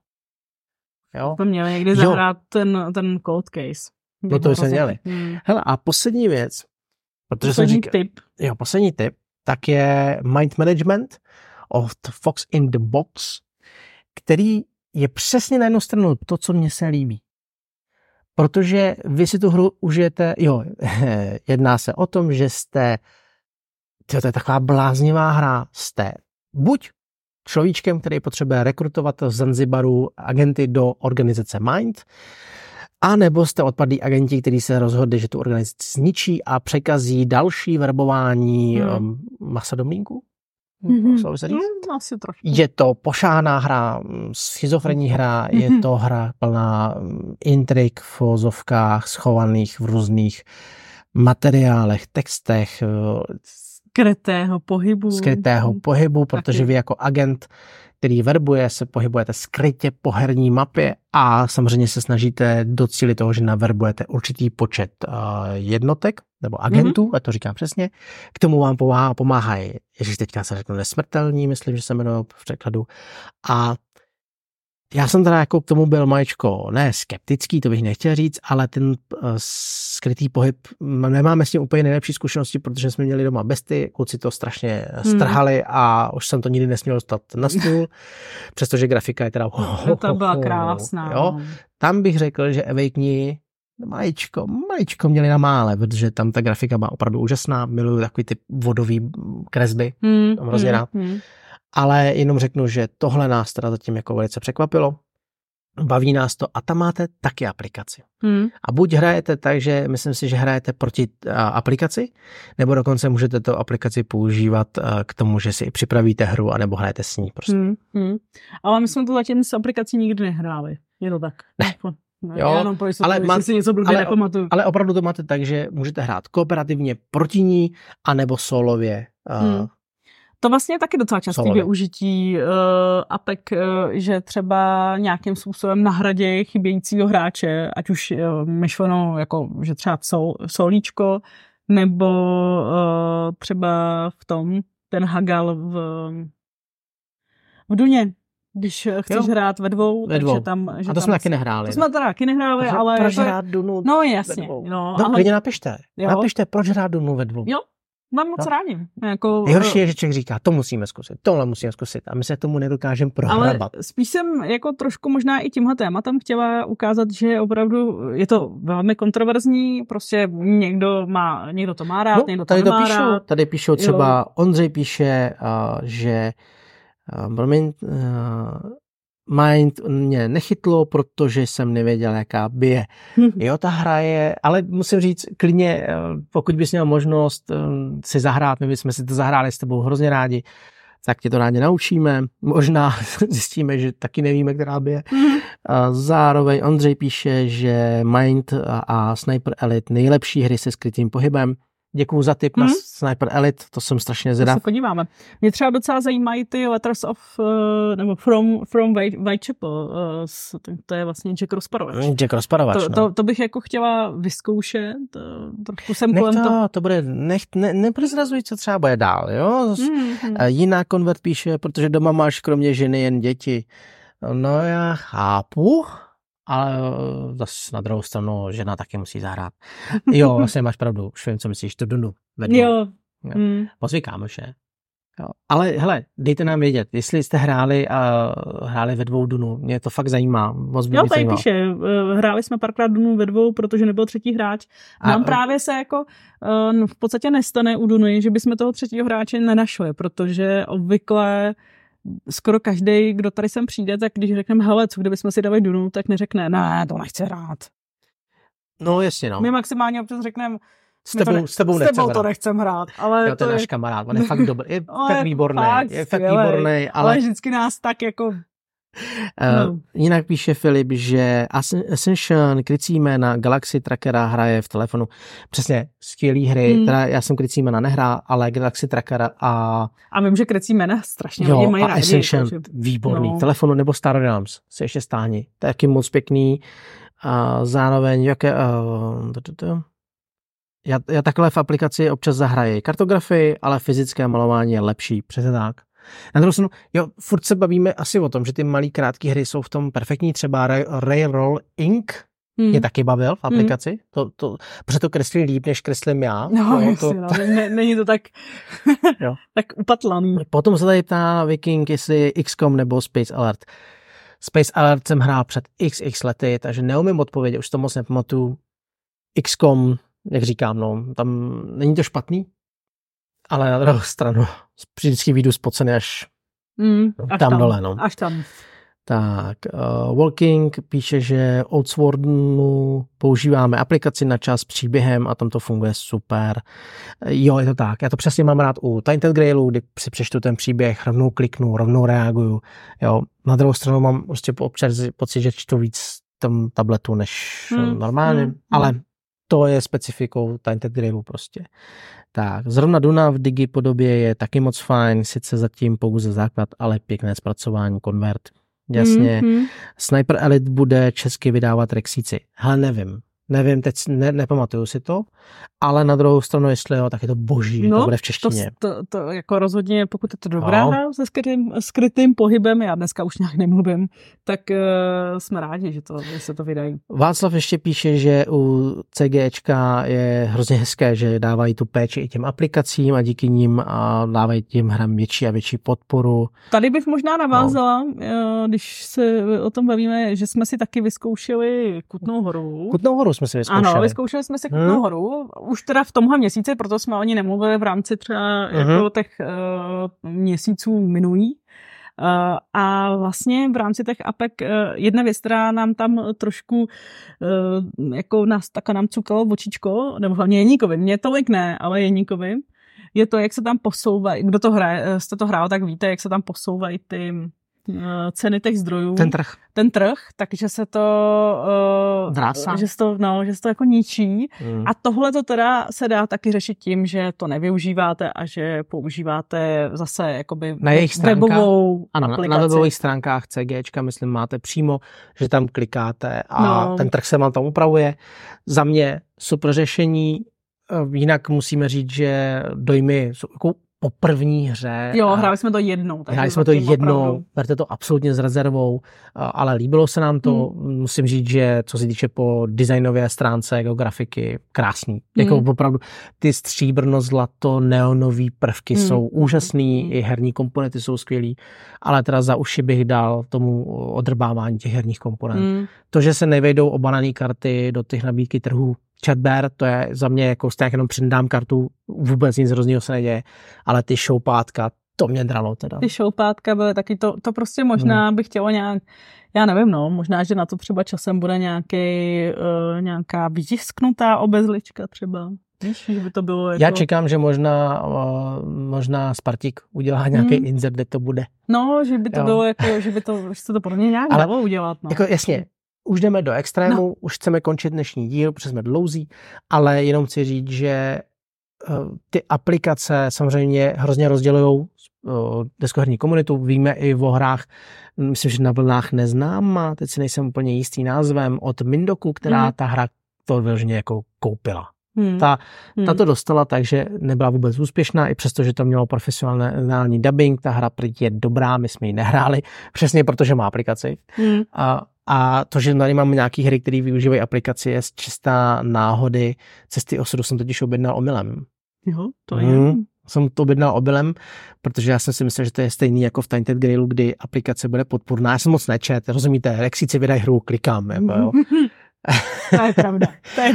Jo? To měli někdy zahrát ten cold case. No to jsme měli. Hele, a poslední věc, protože poslední tip, tak je Mind Management od Fox in the Box, který je přesně na jednu stranu to, co mně se líbí. Protože vy si tu hru užijete, jedná se o tom, že to je taková bláznivá hra, jste buď človíčkem, který potřebuje rekrutovat v Zanzibaru agenty do organizace Mind, a nebo jste odpadlí agenti, kteří se rozhodli, že tu organizaci zničí a překazí další verbování masa do mlýnku? Asi trošku. Je to pošáhaná hra, schizofrenní hra, je to hra plná intrik v uvozovkách, schovaných v různých materiálech, textech, skrytého pohybu, protože vy jako agent, který verbuje, se pohybujete skrytě po herní mapě a samozřejmě se snažíte docílit toho, že naverbujete určitý počet jednotek nebo agentů, a to říkám přesně. K tomu vám pomáhají, ježiš, teďka se řeknu nesmrtelní, myslím, že se jmenuje v překladu. A já jsem teda jako k tomu byl maličko, ne skeptický, to bych nechtěl říct, ale ten skrytý pohyb, nemáme s tím úplně nejlepší zkušenosti, protože jsme měli doma besty, kluci to strašně strhali a už jsem to nikdy nesměl dostat na stůl, přestože grafika je teda... To byla krásná. Jo? Tam bych řekl, že Awakeni maličko měli na mále, protože tam ta grafika byla opravdu úžasná, miluju takový ty vodový kresby, tam hrozně rád. Ale jenom řeknu, že tohle nás teda zatím jako velice překvapilo. Baví nás to a tam máte taky aplikaci. A buď hrajete tak, že myslím si, že hrajete proti aplikaci, nebo dokonce můžete tu aplikaci používat k tomu, že si připravíte hru, anebo hrajete s ní prostě. Ale my jsme to zatím s aplikací nikdy nehráli. Je to tak? Ne. Jo, ale si něco blbě nepamatuju. Ale opravdu to máte tak, že můžete hrát kooperativně proti ní, anebo solově. To vlastně je taky docela častý využití apek, že třeba nějakým způsobem nahradí chybějícího hráče, ať už myšleno jako, že třeba solíčko, nebo třeba v tom ten Hagal v Duně. Když chceš hrát ve dvou. Takže tam, že a to jsme taky nehráli. To jsme taky nehráli, ale... Proč hrát Dunu no jasně. No, ale... klidně napište. Jo. Napište, proč hrát Dunu ve dvou. Jo, mám moc rádi. Jako, nejhorší je, že člověk říká, to musíme zkusit, tohle musíme zkusit a my se tomu nedokážeme prohrabat. Ale spíš jsem jako trošku možná i tímhle tématem chtěla ukázat, že opravdu je to velmi kontroverzní, prostě někdo to má rád, někdo to nemá rád. Tady píšou třeba, Ondřej píše, že Mind mě nechytlo, protože jsem nevěděl, jaká bije. Jo, ta hra je, ale musím říct, klidně, pokud bys měl možnost si zahrát, my bychom si to zahráli s tebou hrozně rádi, tak tě to rádi naučíme. Možná zjistíme, že taky nevíme, která bije. Zároveň Ondřej píše, že Mind a Sniper Elite nejlepší hry se skrytým pohybem. Děkuju za tip na Sniper Elite, to jsem strašně zvědav. To se podíváme. Mě třeba docela zajímají ty Letters of, nebo From Whitechapel, to je vlastně Jack Rozparovač. To bych jako chtěla vyzkoušet, trošku jsem kolem toho. To bude, neprozrazuj, co třeba bude dál, jo? Jiná konvert píše, protože doma máš kromě ženy jen děti. No já chápu, ale zase na druhou stranu žena taky musí zahrát. Jo, vlastně máš pravdu, už vím, co myslíš, to Dunu. Jo. Pozvykáme vše. Jo. Ale hele, dejte nám vědět, jestli jste hráli ve dvou Dunu, mě to fakt zajímá. Jo, tady píše, hráli jsme párkrát Dunu ve dvou, protože nebyl třetí hráč. Nám právě se jako v podstatě nestane u Duny, že bychom toho třetího hráče nenašli, protože obvykle skoro každý, kdo tady sem přijde, tak když řekneme, hele, co kdybychom si dali Dunu, tak neřekne, ne, to nechce hrát. No jasně, no. My maximálně občas řekneme, s tebou to nechcem hrát. Ale jo, to je náš kamarád, on je fakt dobrý, je fakt výborný, ale vždycky nás tak jako... Jinak píše Filip, že Ascension, krycí jména, Galaxy Trackera hraje v telefonu. Přesně, skvělý hry, teda já jsem krycí jména nehrál, ale Galaxy Trackera a vím, že krycí jména strašně lidi mají rádi. Ascension, výborný. Telefonu nebo Star Realms, se ještě stáhni. To je taky moc pěkný. A zároveň, jaké... Já takhle v aplikaci občas zahraji kartografii, ale fyzické malování je lepší, přesně tak. Na druhou stranu, jo, furt se bavíme asi o tom, že ty malý krátké hry jsou v tom perfektní, třeba Railroll Inc. Mě taky bavil v aplikaci, protože to kreslí líp, než kreslím já. Není to tak, tak upatlaný. Potom se tady ptá Viking, jestli XCOM nebo Space Alert. Space Alert jsem hrál před XX lety, takže neumím odpovědět, už to moc nepamatuju. XCOM, jak říkám, no, tam není to špatný, ale na druhou stranu vždycky vyjdu spocený až Tam dole, no. Až tam. Tak, Walking píše, že od Swordenu používáme aplikaci na čas příběhem a tam to funguje super. Jo, je to tak. Já to přesně mám rád u Tainted Grailu, kdy si přečtu ten příběh, rovnou kliknu, rovnou reaguju. Jo, na druhou stranu mám prostě občas pocit, že čtu víc tom tabletu než normálně, ale to je specifikou Tainted Grailu prostě. Tak, zrovna Duna v digi podobě je taky moc fajn, sice zatím pouze základ, ale pěkné zpracování, konvert. Jasně. Sniper Elite bude česky vydávat Rexíci. Hele, nevím, teď nepamatuju si to, ale na druhou stranu, jestli jo, tak je to boží, to bude v češtině. To jako rozhodně, pokud je to dobrá hra se skrytým pohybem, já dneska už nějak nemluvím, tak jsme rádi, že se to vydají. Václav ještě píše, že u CGčka je hrozně hezké, že dávají tu péči i těm aplikacím a díky nim a dávají těm hrám větší a větší podporu. Tady bych možná navázala, když se o tom bavíme, že jsme si taky vyzkoušeli Kutnou Horu. Kutnou Horu jsme si vyzkoušeli. Ano, vyzkoušeli jsme si Kutnou Horu. Už teda v tomhle měsíci, proto jsme o ní nemluvili v rámci třeba jako těch měsíců minulých. A vlastně v rámci těch apek jedna věc, která nám tam trošku jako nám cukalo očičko, nebo hlavně Jeníkovi, mě tolik ne, ale Jeníkovi, je to, jak se tam posouvají, kdo to hraje, jste to hrál, tak víte, jak se tam posouvají ty ceny těch zdrojů. Ten trh, takže se to že se to jako ničí. A tohle to teda se dá taky řešit tím, že to nevyužíváte a že používáte zase jakoby na jejich webovou aplikaci. Na webových stránkách CGčka, myslím, máte přímo, že tam klikáte a ten trh se vám tam upravuje. Za mě super řešení. Jinak musíme říct, že dojmy jsou jako po první hře. Jo, hráli jsme to jednou. Berte to absolutně s rezervou, ale líbilo se nám to. Musím říct, že co se týče po designové stránce, geografiky, krásný. Jako opravdu ty stříbrno, zlato, neonový prvky jsou úžasný, i herní komponenty jsou skvělý, ale teda za uši bych dal tomu odrbávání těch herních komponent. To, že se nevejdou obanané karty do těch nabídky trhů, Chatbear, to je za mě jako stejně jenom přidám kartu, vůbec nic hroznýho se neděje, ale ty šoupátka, to mě dralo teda. Ty šoupátka byly taky, to prostě možná bych chtělo nějak, já nevím, možná, že na to třeba časem bude nějaká vytisknutá obezlička třeba. Víš, že by to bylo jako... Já čekám, že možná Spartik udělá nějaký insert, kde to bude. No, že by to bylo jako, že se to podle mě nějak dalo udělat. No. Jako jasně, už jdeme do extrému, už chceme končit dnešní díl, protože jsme dlouzí, ale jenom chci říct, že ty aplikace samozřejmě hrozně rozdělují deskoherní komunitu. Víme i o hrách, myslím, že Na vlnách neznámá, teď si nejsem úplně jistý názvem, od Mindoku, která ta hra to vyloženě jako koupila. Ta to dostala, takže nebyla vůbec úspěšná, i přesto, že to mělo profesionální dubbing, ta hra je dobrá, my jsme ji nehráli, přesně protože má aplikaci. A to, že tady máme nějaký hry, které využívají aplikaci, je z čistá náhody. Cesty osudu jsem totiž objednal omylem. Jo, to je. Jsem to objednal omylem, protože já jsem si myslel, že to je stejný jako v Tainted Grailu, kdy aplikace bude podpůrná. Já jsem moc nečet, rozumíte, Rexíci vydají hru, klikám, jako jo. To je pravda, to je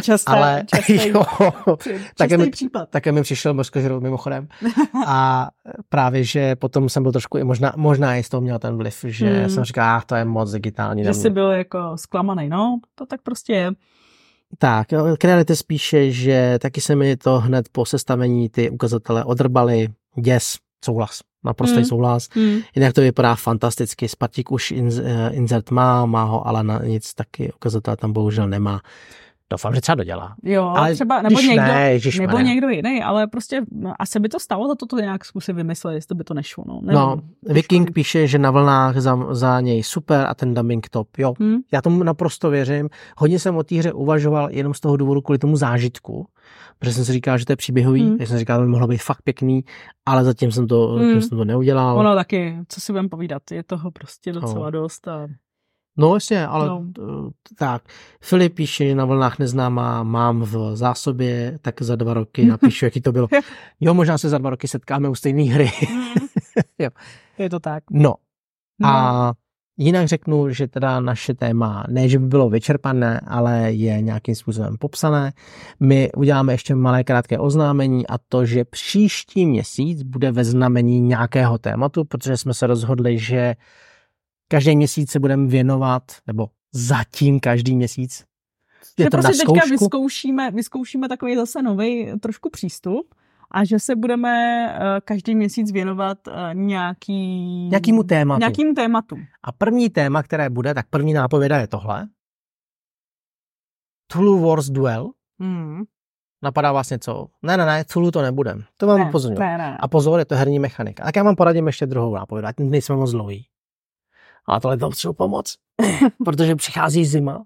častý případ. Také mi přišel mozkožrout mimochodem. A právě, že potom jsem byl trošku i možná i z toho měl ten vliv, že jsem říkal, to je moc digitální. Že jsi byl jako zklamaný, to tak prostě je. Tak, Creality píše, že taky se mi to hned po sestavení ty ukazatele odrbaly. Yes, souhlas. Naprostý souhlas. Jinak to vypadá fantasticky. Spartik už insert má ho, ale na nic taky ukazatel tam bohužel nemá. Doufám, že třeba dodělá. Jo, ale třeba, nebo někdo jiný, ale prostě asi by to stalo za to nějak zkusit vymyslet, jestli by to nešlo. Viking píše, že Na vlnách za něj super a ten dubbing top. Jo, já tomu naprosto věřím. Hodně jsem o té hře uvažoval jenom z toho důvodu kvůli tomu zážitku, protože jsem si říkal, že to je příběhový, takže jsem říkal, že by mohlo být fakt pěkný, ale zatím jsem to neudělal. Ono taky, co si budem povídat, je toho prostě docela dost a... No jasně, ale tak. Filip píše, že Na vlnách neznámá mám v zásobě, tak za 2 roky napíšu, jaký to bylo. Jo, možná se za 2 roky setkáme u stejné hry. Jo. Je to tak. No. A Jinak řeknu, že teda naše téma ne, že by bylo vyčerpané, ale je nějakým způsobem popsané. My uděláme ještě malé krátké oznámení a to, že příští měsíc bude ve znamení nějakého tématu, protože jsme se rozhodli, že každý měsíc se budeme věnovat, nebo zatím každý měsíc. Že prostě teďka vyzkoušíme takový zase nový trošku přístup a že se budeme každý měsíc věnovat nějakému tématu. A první téma, které bude, tak první nápověda je tohle. Cthulhu Wars Duel. Napadá vás něco? Ne, Cthulhu to nebude. To vám upozorňuji. A pozor, je to herní mechanika. Tak já vám poradím ještě druhou nápovědu, ať nejsme moc dlouhý. Ale tohle to potřebuji pomoc, protože přichází zima.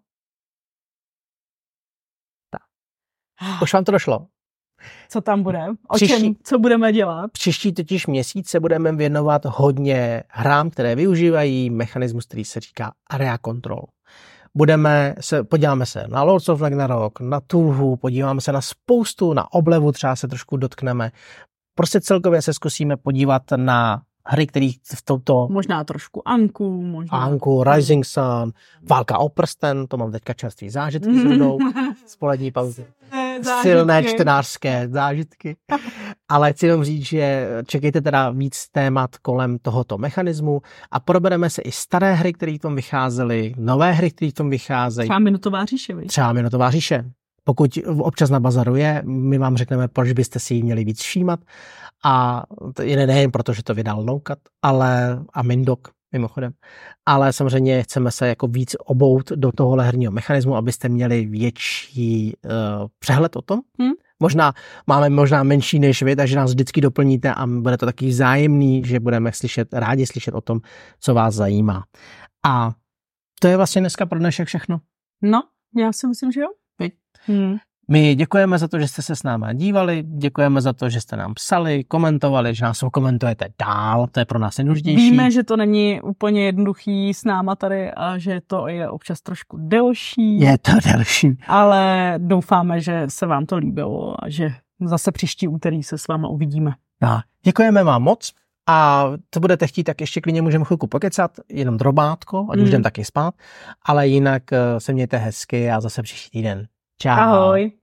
Tak. Už vám to došlo? Co tam bude? Co budeme dělat? Příští totiž měsíc se budeme věnovat hodně hrám, které využívají mechanismus, který se říká Area Control. Podíváme se na Lords of Ragnarok, na Cthulhu, podíváme se na spoustu, na Oblevu třeba se trošku dotkneme. Prostě celkově se zkusíme podívat na hry, které v tomto... Možná trošku Anku, Rising Sun, Válka o prsten, to mám teďka čerstvý zážitky s Rudou, z polední pauzy. Silné čtenářské zážitky. Ale chci jenom říct, že čekejte teda víc témat kolem tohoto mechanismu a probereme se i staré hry, které v tom vycházely, nové hry, které v tom vycházejí. Třeba Minotová říše. Pokud občas na bazaru je, my vám řekneme, proč byste si ji měli víc všímat. A nejen proto, že to vydal Noukat, a Mindok mimochodem, ale samozřejmě chceme se jako víc obout do tohohle herního mechanismu, abyste měli větší přehled o tom. Máme možná menší než vy, takže nás vždycky doplníte a bude to taky vzájemný, že budeme rádi slyšet o tom, co vás zajímá. A to je vlastně dneska pro dnešek všechno. No, já si myslím, že jo. My děkujeme za to, že jste se s náma dívali, děkujeme za to, že jste nám psali, komentovali, že nás komentujete dál, to je pro nás nejdůležitější. Víme, že to není úplně jednoduchý s náma tady a že to je občas trošku delší. Je to delší. Ale doufáme, že se vám to líbilo a že zase příští úterý se s váma uvidíme. Děkujeme vám moc a co budete chtít, tak ještě klidně můžeme chvilku pokecat, jenom drobátko, ať už jdem taky spát, ale jinak se mějte hezky a zase příští týden. Čau. Ahoj.